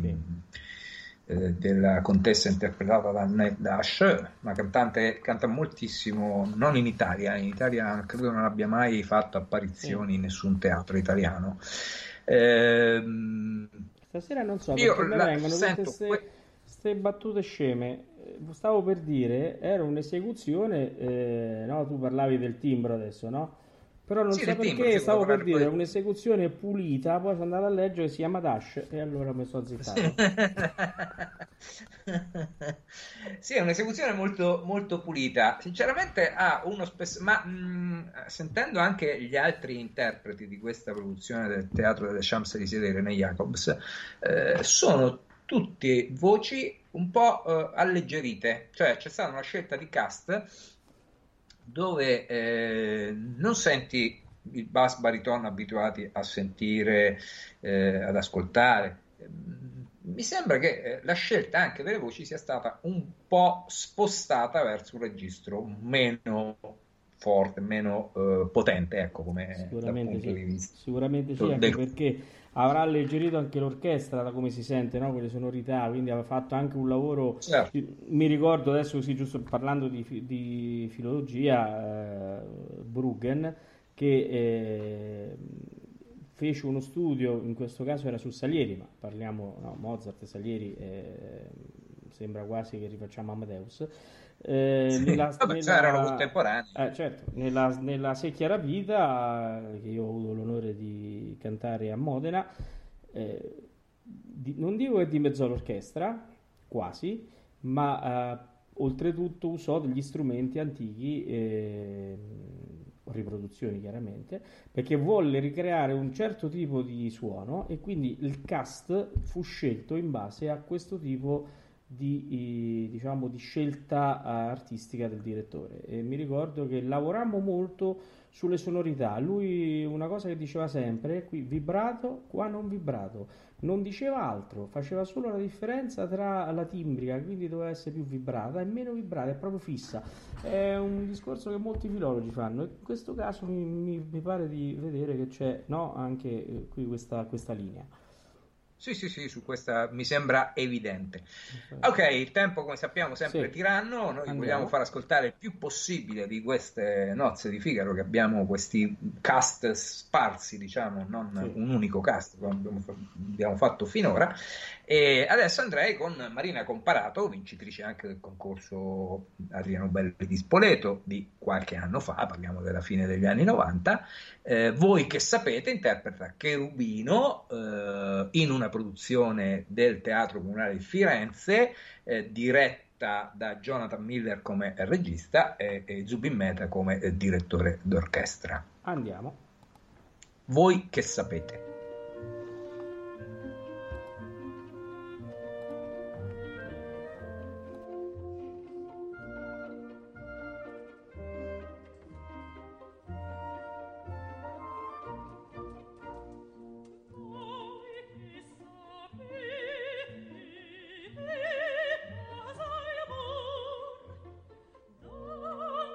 della contessa interpretata da Annette Dash, una cantante che canta moltissimo, non in Italia credo non abbia mai fatto apparizioni in nessun teatro italiano.
Stasera non so perché mi vengono tutte queste battute sceme. Stavo per dire, era un'esecuzione, no? Tu parlavi del timbro adesso, no? Però non so perché stavo per dire un'esecuzione pulita, poi sono andato a leggere che si chiama Dash e allora mi sono zittato.
Sì, è un'esecuzione molto, molto pulita. Sinceramente ha uno ma sentendo anche gli altri interpreti di questa produzione del Teatro delle Champs-Élysées di René Jacobs, sono tutte voci un po' alleggerite, cioè c'è stata una scelta di cast dove non senti il bass baritono abituati a sentire, ad ascoltare. Mi sembra che la scelta anche delle voci sia stata un po' spostata verso un registro meno forte, meno potente, ecco, come dal punto di vista
Sicuramente sì, anche perché avrà alleggerito anche l'orchestra da come si sente, no? Quelle sonorità, quindi aveva fatto anche un lavoro.
Certo.
Mi ricordo adesso, così giusto parlando di filologia, Bruggen, che fece uno studio, in questo caso era su Salieri, ma parliamo, no, Mozart e Salieri, sembra quasi che rifacciamo Amadeus.
Vabbè, erano contemporanei.
Certo, nella Secchia Rapita, che io ho avuto l'onore di cantare a Modena, non dico che dimezzò l'orchestra, quasi, ma oltretutto usò degli strumenti antichi, riproduzioni chiaramente, perché volle ricreare un certo tipo di suono e quindi il cast fu scelto in base a questo tipo diciamo, di scelta artistica del direttore. E mi ricordo che lavorammo molto sulle sonorità. Lui una cosa che diceva sempre: qui vibrato, qua non vibrato. Non diceva altro, faceva solo la differenza tra la timbrica, quindi doveva essere più vibrata e meno vibrata, è proprio fissa. È un discorso che molti filologi fanno e in questo caso mi pare di vedere che c'è, no, anche qui questa linea.
Sì, su questa mi sembra evidente. Ok, il tempo, come sappiamo, sempre tiranno. Noi vogliamo far ascoltare il più possibile di queste nozze di Figaro, che abbiamo questi cast sparsi, diciamo, non un unico cast come abbiamo fatto finora. E adesso andrei con Marina Comparato, vincitrice anche del concorso Adriano Belli di Spoleto di qualche anno fa, parliamo della fine degli anni 90. Voi che sapete interpreta Cherubino in una produzione del Teatro Comunale di Firenze, diretta da Jonathan Miller come regista e Zubin Mehta come direttore d'orchestra.
Andiamo.
Voi che sapete.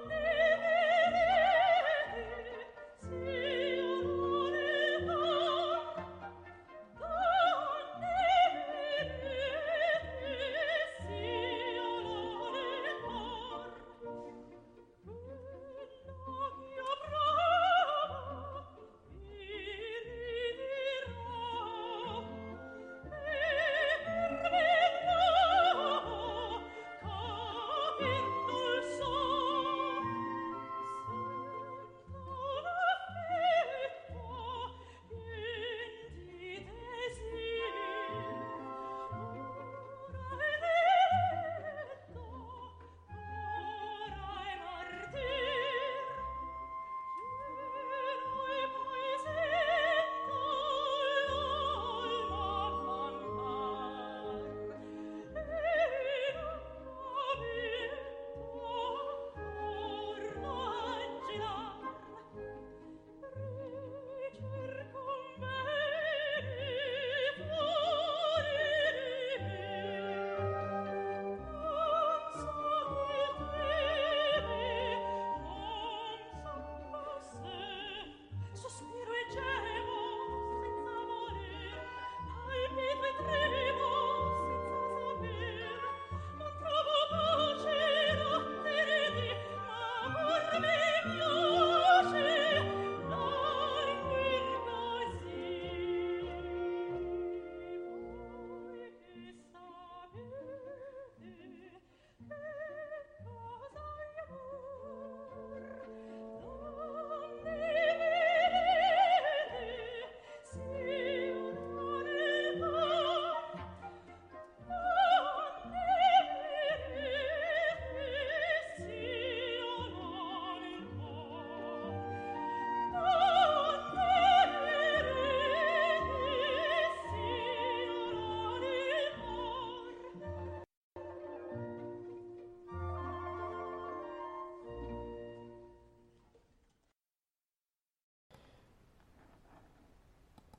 Sia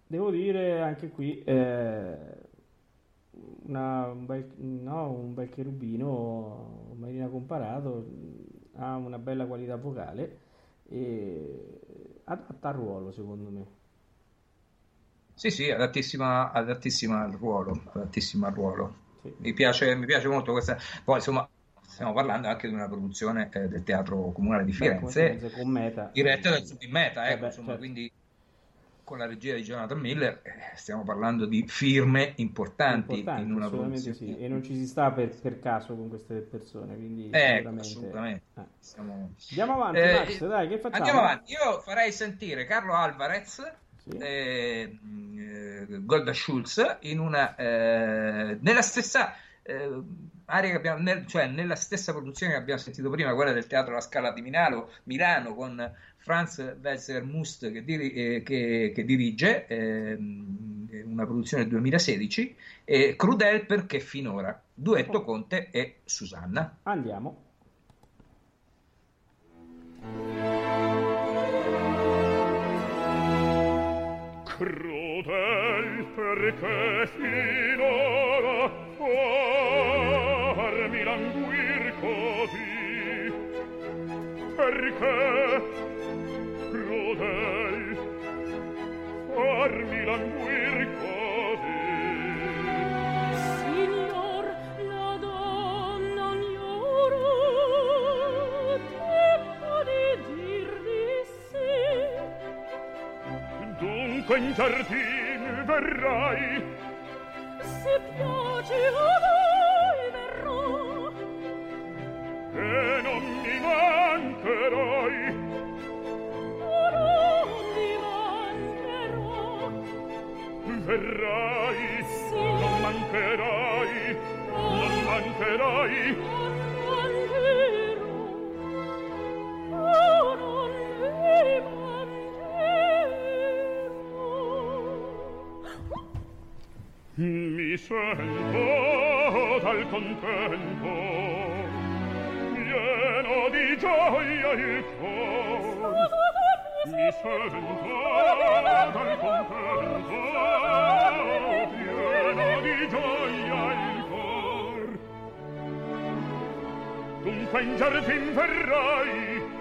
devo dire anche qui un bel cherubino, Marina Comparato, ha una bella qualità vocale e adatta al ruolo, secondo me.
Sì, adattissima al ruolo, adattissima al ruolo.
Sì.
Mi piace molto questa. Poi, insomma, stiamo parlando anche di una produzione del Teatro Comunale di Firenze,
Con Meta.
diretta dal Subimeta, ecco,
beh,
insomma,
certo.
quindi con la regia di Jonathan Miller stiamo parlando di firme importanti in una
Assolutamente
produzione.
sì, e non ci si sta per caso con queste persone, quindi sicuramente.
Assolutamente.
Andiamo avanti, Max, dai, che facciamo?
Andiamo avanti. Io farei sentire Carlo Alvarez,
Sì.
Golda Schulz in una nella stessa area che abbiamo, cioè nella stessa produzione che abbiamo sentito prima, quella del Teatro La Scala di Milano con Franz Welser Must che dirige, una produzione del 2016, Crudel perché finora, duetto Conte e Susanna.
Andiamo.
Crudel perché finora farmi languir così, perché crudel farmi languir così.
Signor, la donna ignora, tempo di dirvi sì.
Dunque in giardin verrai,
Se piace a voi verrò,
e non mi mancherai.
non vi mancherò.
Verrai,
Sì.
non mancherai, non mancherai.
Non mancherò, oh, non vi mancherò.
Mi sento dal contento, pieno di gioia il cor. Mi sento dal contento, pieno di gioia il cor. Dunque in giardin verrai,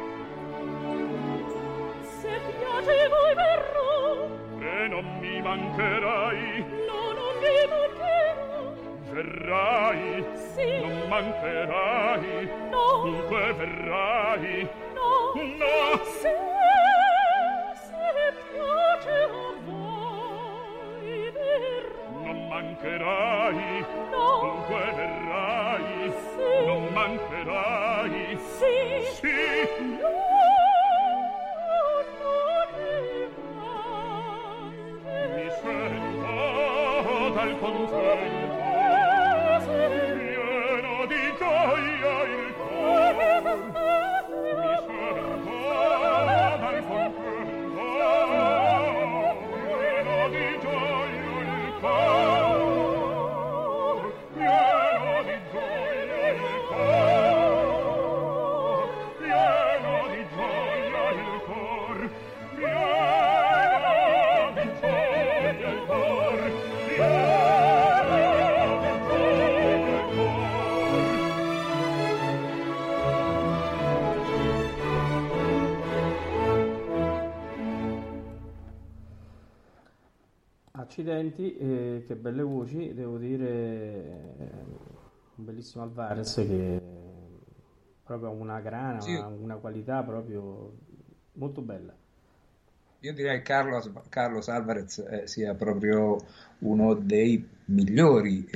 Se piace voi verrò,
e non mi mancherai.
no, non vi mancherò.
Verrai,
Sì.
non mancherai.
No.
Dunque verrai.
No,
No.
se piace a voi verrò.
Non mancherai.
No.
Dunque verrai.
Sì.
Non mancherai.
Sì.
Sì.
No, non vi
Mi sento dal
mancherò.
contento, pieno di gioia il cor. Mi sento dal contento, pieno di gioia il cor. Pieno di gioia il cor. Pieno di gioia il cor. Pieno di gioia il cor.
Accidenti, che belle voci, devo dire, un bellissimo Alvarez che proprio ha una grana,
Sì.
una qualità proprio molto bella.
Io direi che Carlos Alvarez sia proprio uno dei migliori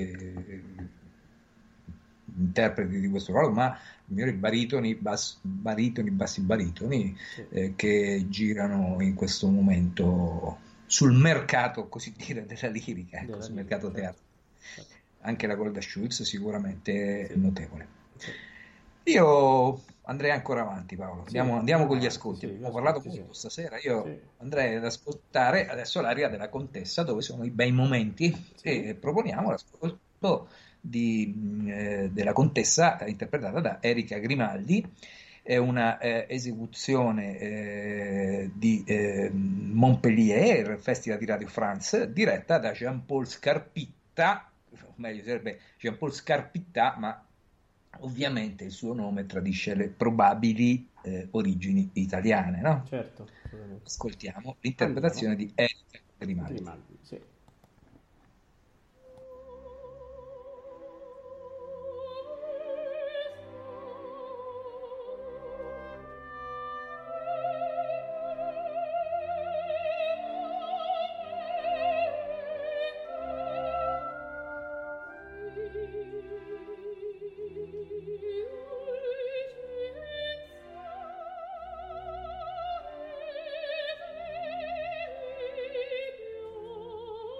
interpreti di questo ruolo, ma i migliori bassi baritoni
Sì.
che girano in questo momento sul mercato, così dire, della lirica, ecco,
Della
sul
lirica,
mercato
certo.
teatro.
Certo.
Anche la Golda Schulz sicuramente
Sì.
notevole.
Sì.
Io andrei ancora avanti, Paolo.
Sì,
Andiamo con gli
avanti,
ascolti.
sì,
Abbiamo
gli
parlato
ascolti,
molto
sì.
stasera. Io
Sì.
andrei ad ascoltare adesso l'aria della Contessa, dove sono i bei momenti,
Sì.
e proponiamo l'ascolto della Contessa interpretata da Erika Grimaldi, è una esecuzione di Montpellier, il Festival di Radio France, diretta da Jean-Paul Scarpitta, o meglio sarebbe Jean-Paul Scarpitta, ma ovviamente il suo nome tradisce le probabili origini italiane, no?
Certo, assolutamente.
Ascoltiamo l'interpretazione di Erika Grimaldi.
Grimaldi, sì.
Oh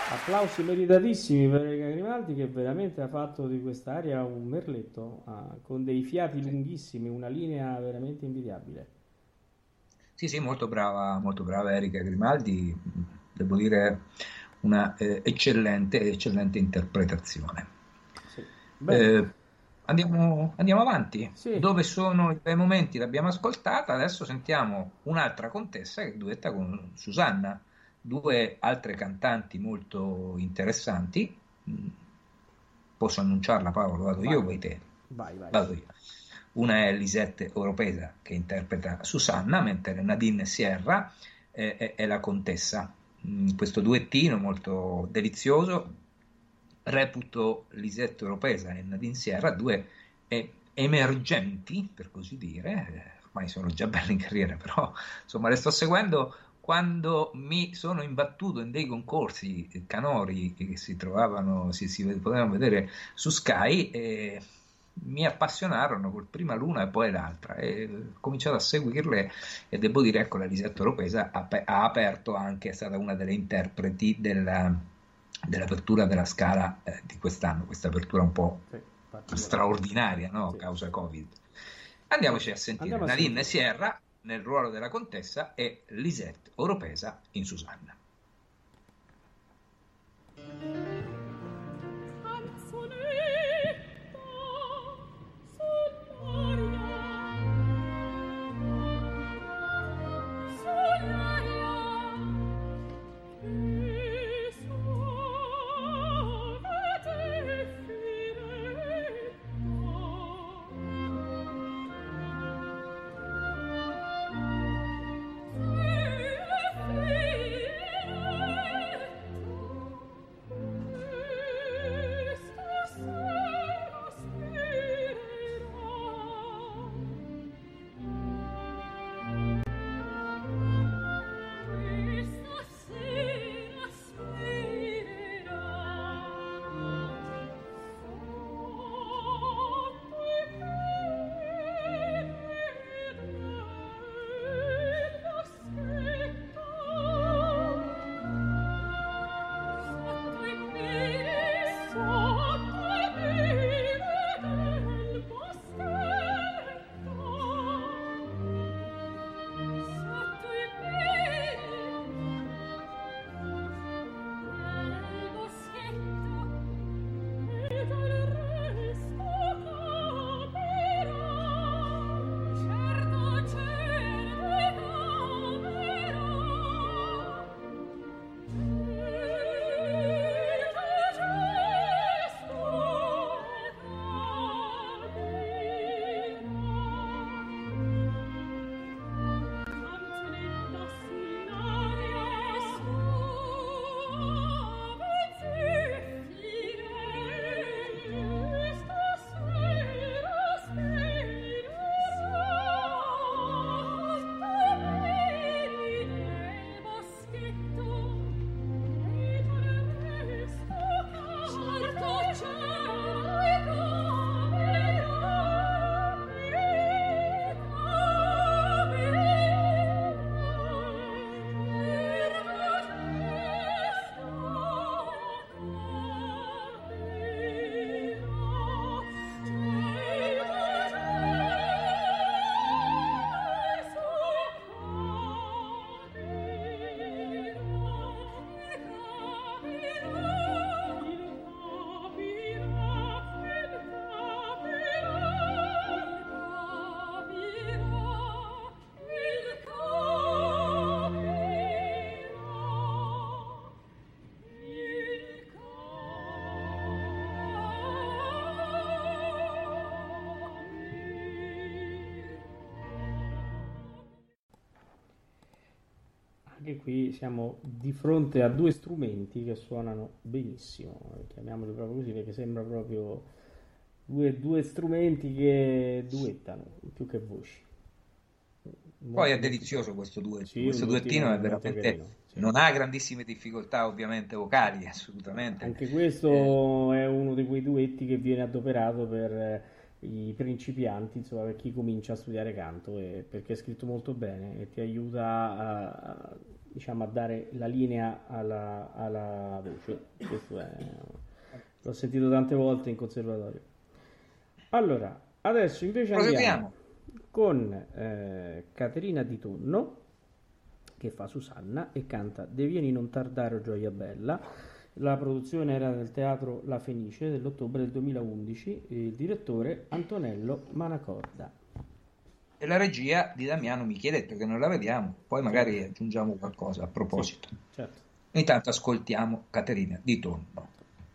Applausi meritatissimi per Erika Grimaldi che veramente ha fatto di quest'aria un merletto, con dei fiati lunghissimi, una linea veramente invidiabile.
Sì, sì, molto brava Erika Grimaldi, devo dire una eccellente interpretazione.
Sì. Bene,
Andiamo avanti.
sì,
Dove sono i bei momenti? L'abbiamo ascoltata, adesso sentiamo un'altra contessa che duetta con Susanna, due altre cantanti molto interessanti. Posso annunciarla, Paolo? Vado io o
vai,
vuoi te?
vai.
Vado io. Una è Lisette Oropesa che interpreta Susanna, mentre Nadine Sierra è la contessa. Questo duettino molto delizioso. Reputo Lisette Oropesa e Nadine Sierra due emergenti, per così dire, ormai sono già belli in carriera, però insomma le sto seguendo quando mi sono imbattuto in dei concorsi canori che si trovavano, si potevano vedere su Sky e mi appassionarono prima l'una e poi l'altra e ho cominciato a seguirle e devo dire ecco la Lisetta Oropesa ha aperto anche, è stata una delle interpreti dell'apertura della Scala di quest'anno, questa apertura un po'
sì,
straordinaria, no?
sì.
Causa Covid. Andiamoci a sentire
Andiamo a
Nadine
sentire.
Sierra nel ruolo della contessa e Lisette Oropesa in Susanna.
Canzonetta sull'aria che suavete questa sera spirerà sotto i piedi del boschetto. Sotto i piedi del boschetto. Sotto i piedi del boschetto e del resto capirò. Certo Canzonetta sull'aria suave zeffire, stasera spirerà sotto i del boschetto e del resto certo
Anche qui siamo di fronte a due strumenti che suonano benissimo, chiamiamoli proprio così perché sembra proprio due strumenti che duettano più che voci.
Poi è
Molto
delizioso questo duetto,
sì,
questo
un duettino
duettino è
molto
veramente,
carino, sì.
non ha grandissime difficoltà ovviamente vocali, assolutamente.
Anche questo è uno di quei duetti che viene adoperato per i principianti, insomma, per chi comincia a studiare canto, perché è scritto molto bene e ti aiuta diciamo, a dare la linea alla voce. Questo l'ho sentito tante volte in conservatorio. Allora, adesso invece andiamo
Proseguiamo.
con Caterina Di Tonno, che fa Susanna e canta Devieni non tardare, o gioia bella. La produzione era del Teatro La Fenice dell'ottobre del 2011, il direttore Antonello Manacorda.
E la regia di Damiano Micheletto, che non la vediamo, poi magari aggiungiamo qualcosa a proposito.
Certo.
Intanto ascoltiamo Caterina Di Tonno.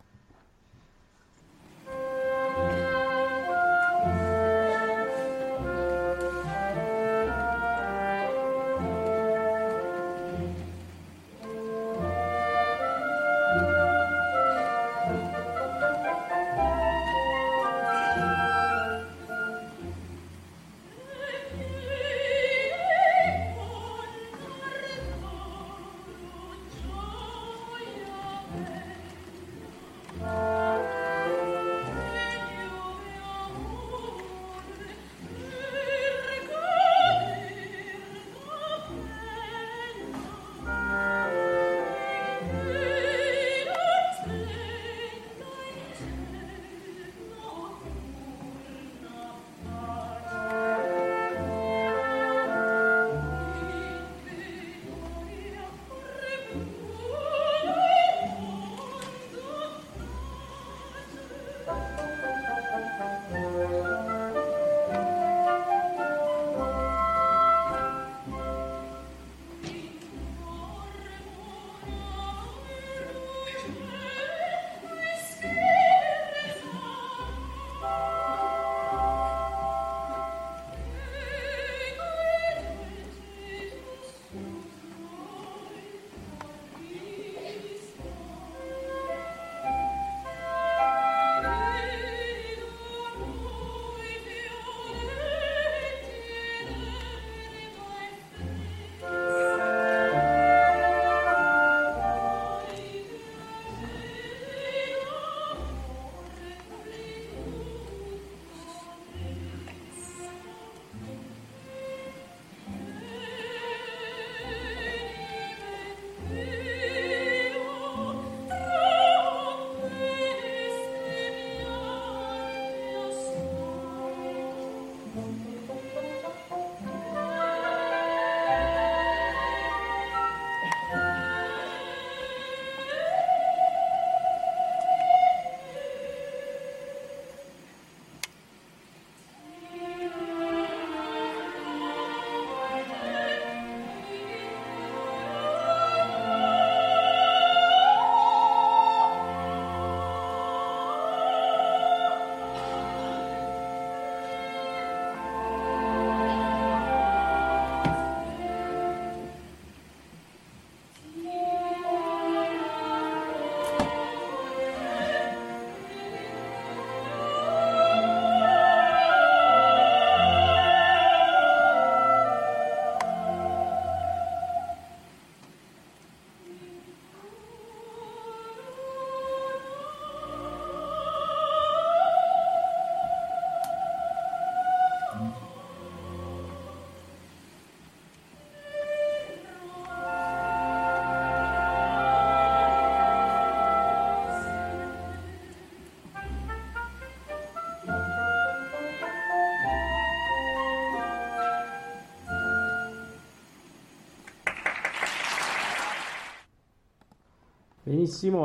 Benissimo,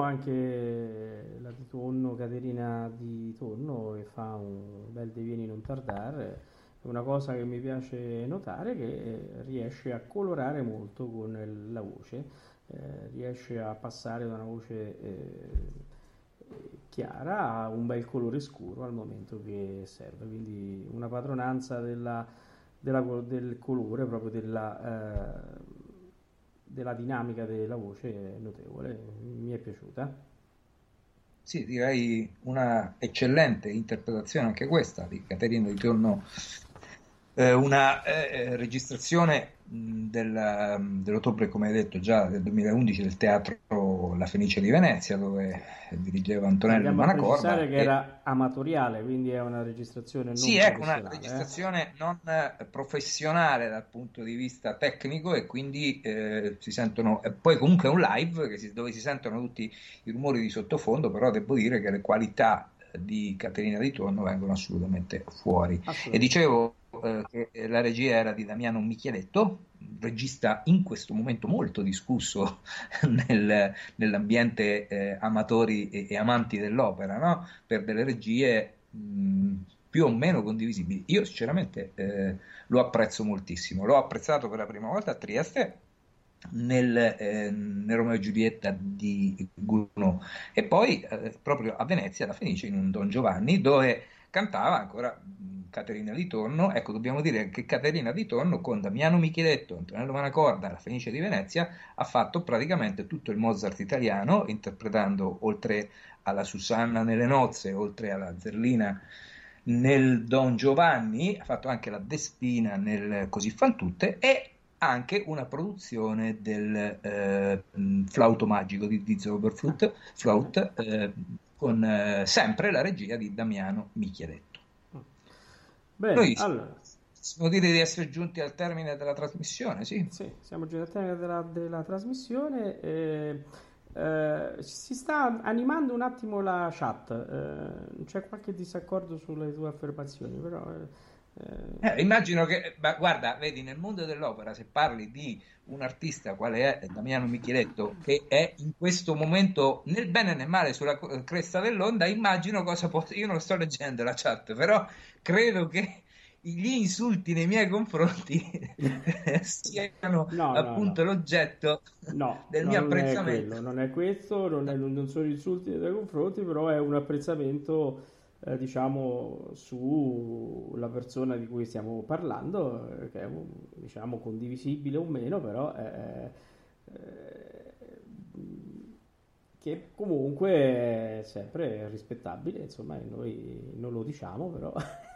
anche la Di Tonno, Caterina Di Tonno, che fa un bel Devieni non tardare. È una cosa che mi piace notare, che riesce a colorare molto con la voce, riesce a passare da una voce chiara a un bel colore scuro al momento che serve, quindi una padronanza del colore, proprio della dinamica della voce è notevole, mi è piaciuta.
Sì, direi una eccellente interpretazione anche questa di Caterina Di Tonno una registrazione dell'ottobre, come hai detto, già del 2011 del teatro La Fenice di Venezia, dove dirigeva Antonello
Andiamo a
Manacorda.
precisare che era amatoriale, quindi è una registrazione non
Sì, ecco, una
professionale.
registrazione non professionale dal punto di vista tecnico, e quindi si sentono, poi comunque è un live dove si sentono tutti i rumori di sottofondo, però devo dire che le qualità di Caterina Di Torno vengono assolutamente fuori. E
Assolutamente.
dicevo che la regia era di Damiano Micheletto, regista in questo momento molto discusso nell'ambiente amatori e amanti dell'opera, no? Per delle regie più o meno condivisibili. Io sinceramente lo apprezzo moltissimo. L'ho apprezzato per la prima volta a Trieste nel Romeo e Giulietta di Gounod, e poi proprio a Venezia, alla Fenice, in un Don Giovanni, dove cantava ancora Caterina Di Torno. Ecco, dobbiamo dire che Caterina Di Torno con Damiano Micheletto, Antonello Manacorda, La Fenice di Venezia, ha fatto praticamente tutto il Mozart italiano, interpretando, oltre alla Susanna nelle nozze, oltre alla Zerlina nel Don Giovanni, ha fatto anche la Despina nel Così fan tutte, e anche una produzione del Flauto Magico di Zauberflöte, con sempre la regia di Damiano Micheletto.
Bene,
Noi
allora,
possiamo dire di essere giunti al termine della trasmissione, sì?
sì, siamo giunti al termine della trasmissione. Si sta animando un attimo la chat. C'è qualche disaccordo sulle tue affermazioni, però
Immagino che, guarda, vedi, nel mondo dell'opera, se parli di un artista quale è Damiano Micheletto, che è in questo momento nel bene e nel male sulla cresta dell'onda, immagino cosa possa. Io non sto leggendo la chat, però credo che gli insulti nei miei confronti siano
no,
appunto
no.
l'oggetto
No,
del
no,
mio
non è
apprezzamento.
quello, non è questo, non sono insulti nei tuoi confronti, però è un apprezzamento, diciamo, sulla persona di cui stiamo parlando, che è, diciamo, condivisibile o meno, però che comunque è sempre rispettabile, insomma, e noi non lo diciamo, però.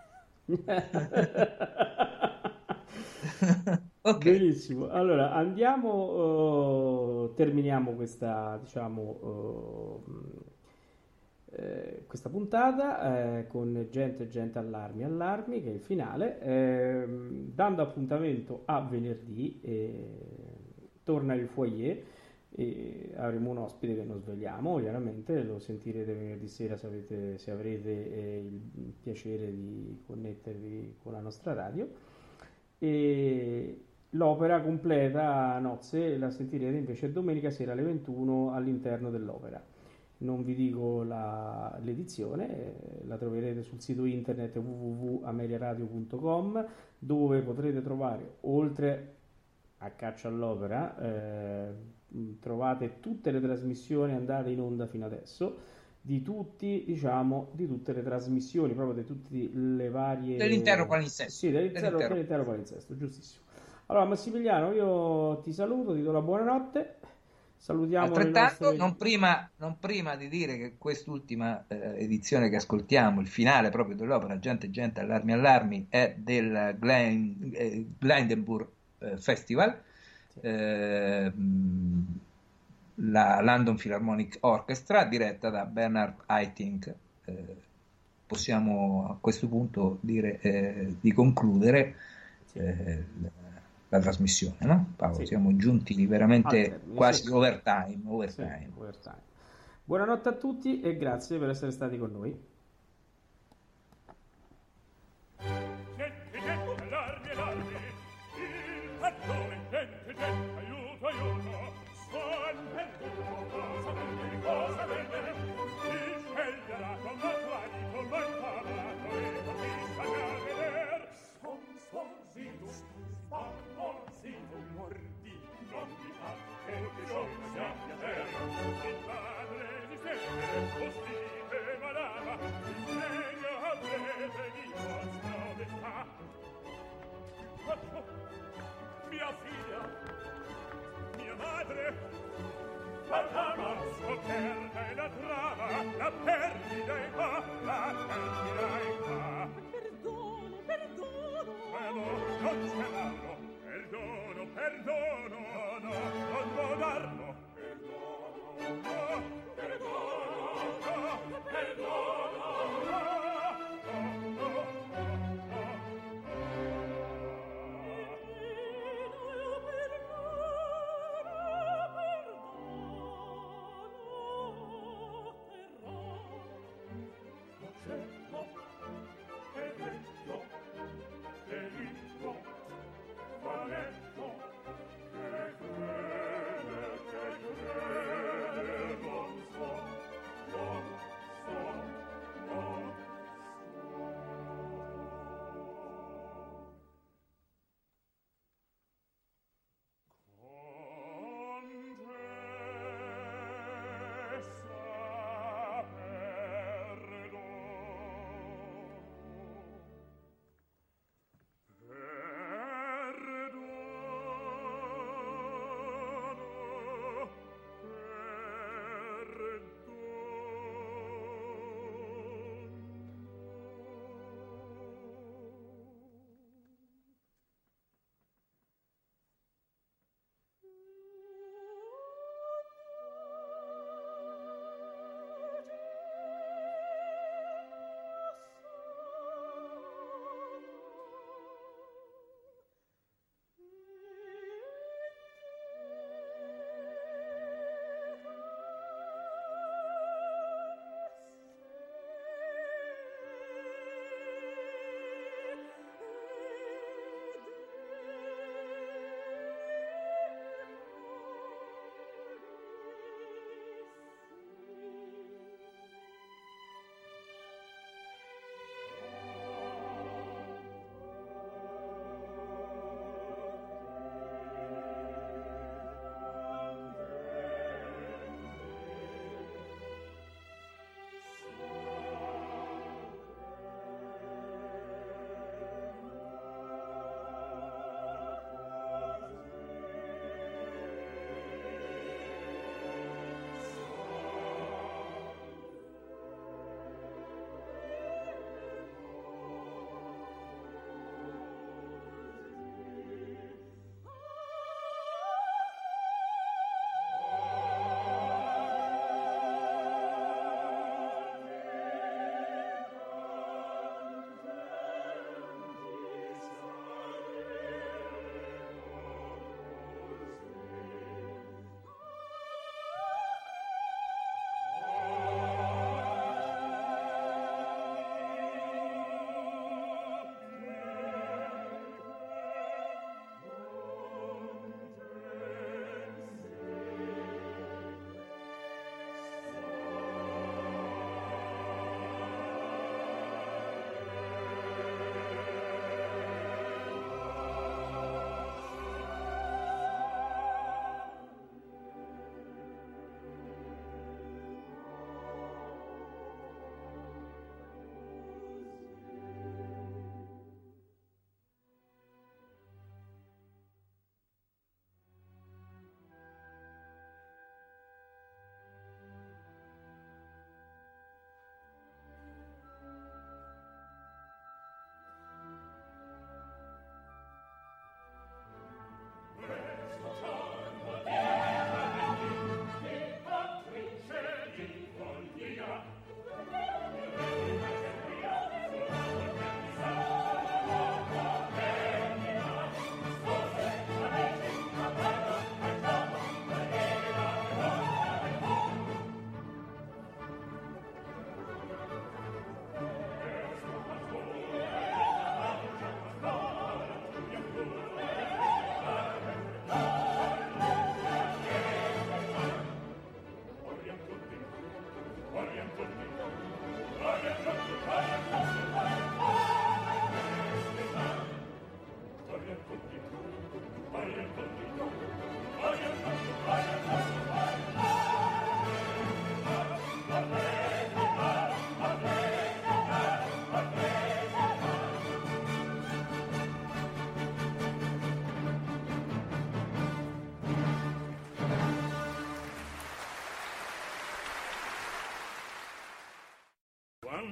Ok.
Benissimo, allora andiamo, terminiamo questa, diciamo, questa puntata con Gente, Allarmi, che è il finale, dando appuntamento a venerdì, torna il foyer e avremo un ospite che non svegliamo, chiaramente lo sentirete venerdì sera se avrete il piacere di connettervi con la nostra radio. E l'opera completa Nozze la sentirete invece domenica sera alle 21 all'interno dell'opera. Non vi dico l'edizione, la troverete sul sito internet www.ameriaradio.com, dove potrete trovare, oltre a Caccia all'Opera, trovate tutte le trasmissioni andate in onda fino adesso, di tutte le trasmissioni, proprio di tutte le varie.
Dell'intero palinsesto.
Sì, dell'intero palinsesto, giustissimo. Allora, Massimiliano, io ti saluto, ti do la buonanotte. Salutiamo
Altrettanto,
le nostre.
non prima di dire che quest'ultima edizione che ascoltiamo, il finale proprio dell'opera Gente, Allarmi, è del Glyndebourg Festival, la London Philharmonic Orchestra, diretta da Bernard Haitink. Possiamo a questo punto dire di concludere la trasmissione, no? Paolo,
Sì.
siamo giunti veramente quasi
sì.
overtime.
Sì, overtime. Buonanotte a tutti e grazie per essere stati con noi.
Gente, allarmi, il perdone, gente, aiuto, son perduto, cosa vede, si sceglierà con l'attualito, lontanato, e comincia a veder, son zitto, mordi, non mi fa, che bisogna piacere, il padre esistente, ostile malava, meglio avrete di vostra onestà. Mia figlia, mia madre, parlava, scoperta e la trama, la perdita è qua, la perdita è qua.
Perdono, perdono.
non scherrarlo, perdono, perdono, no, non vodarlo, perdono, no, perdono, no, perdono,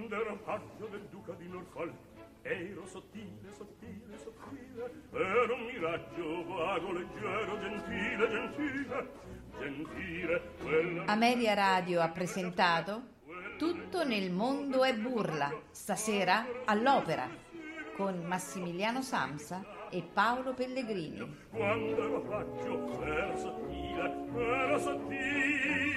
quando ero paggio del duca di Norfolk, ero sottile, sottile, sottile, ero un miraggio vago, leggero, gentile, gentile, gentile, quella...
Ameria Radio ha presentato Tutto nel mondo è burla, stasera all'opera, con Massimiliano Samsa e Paolo Pellegrini.
Quando ero paggio, era sottile,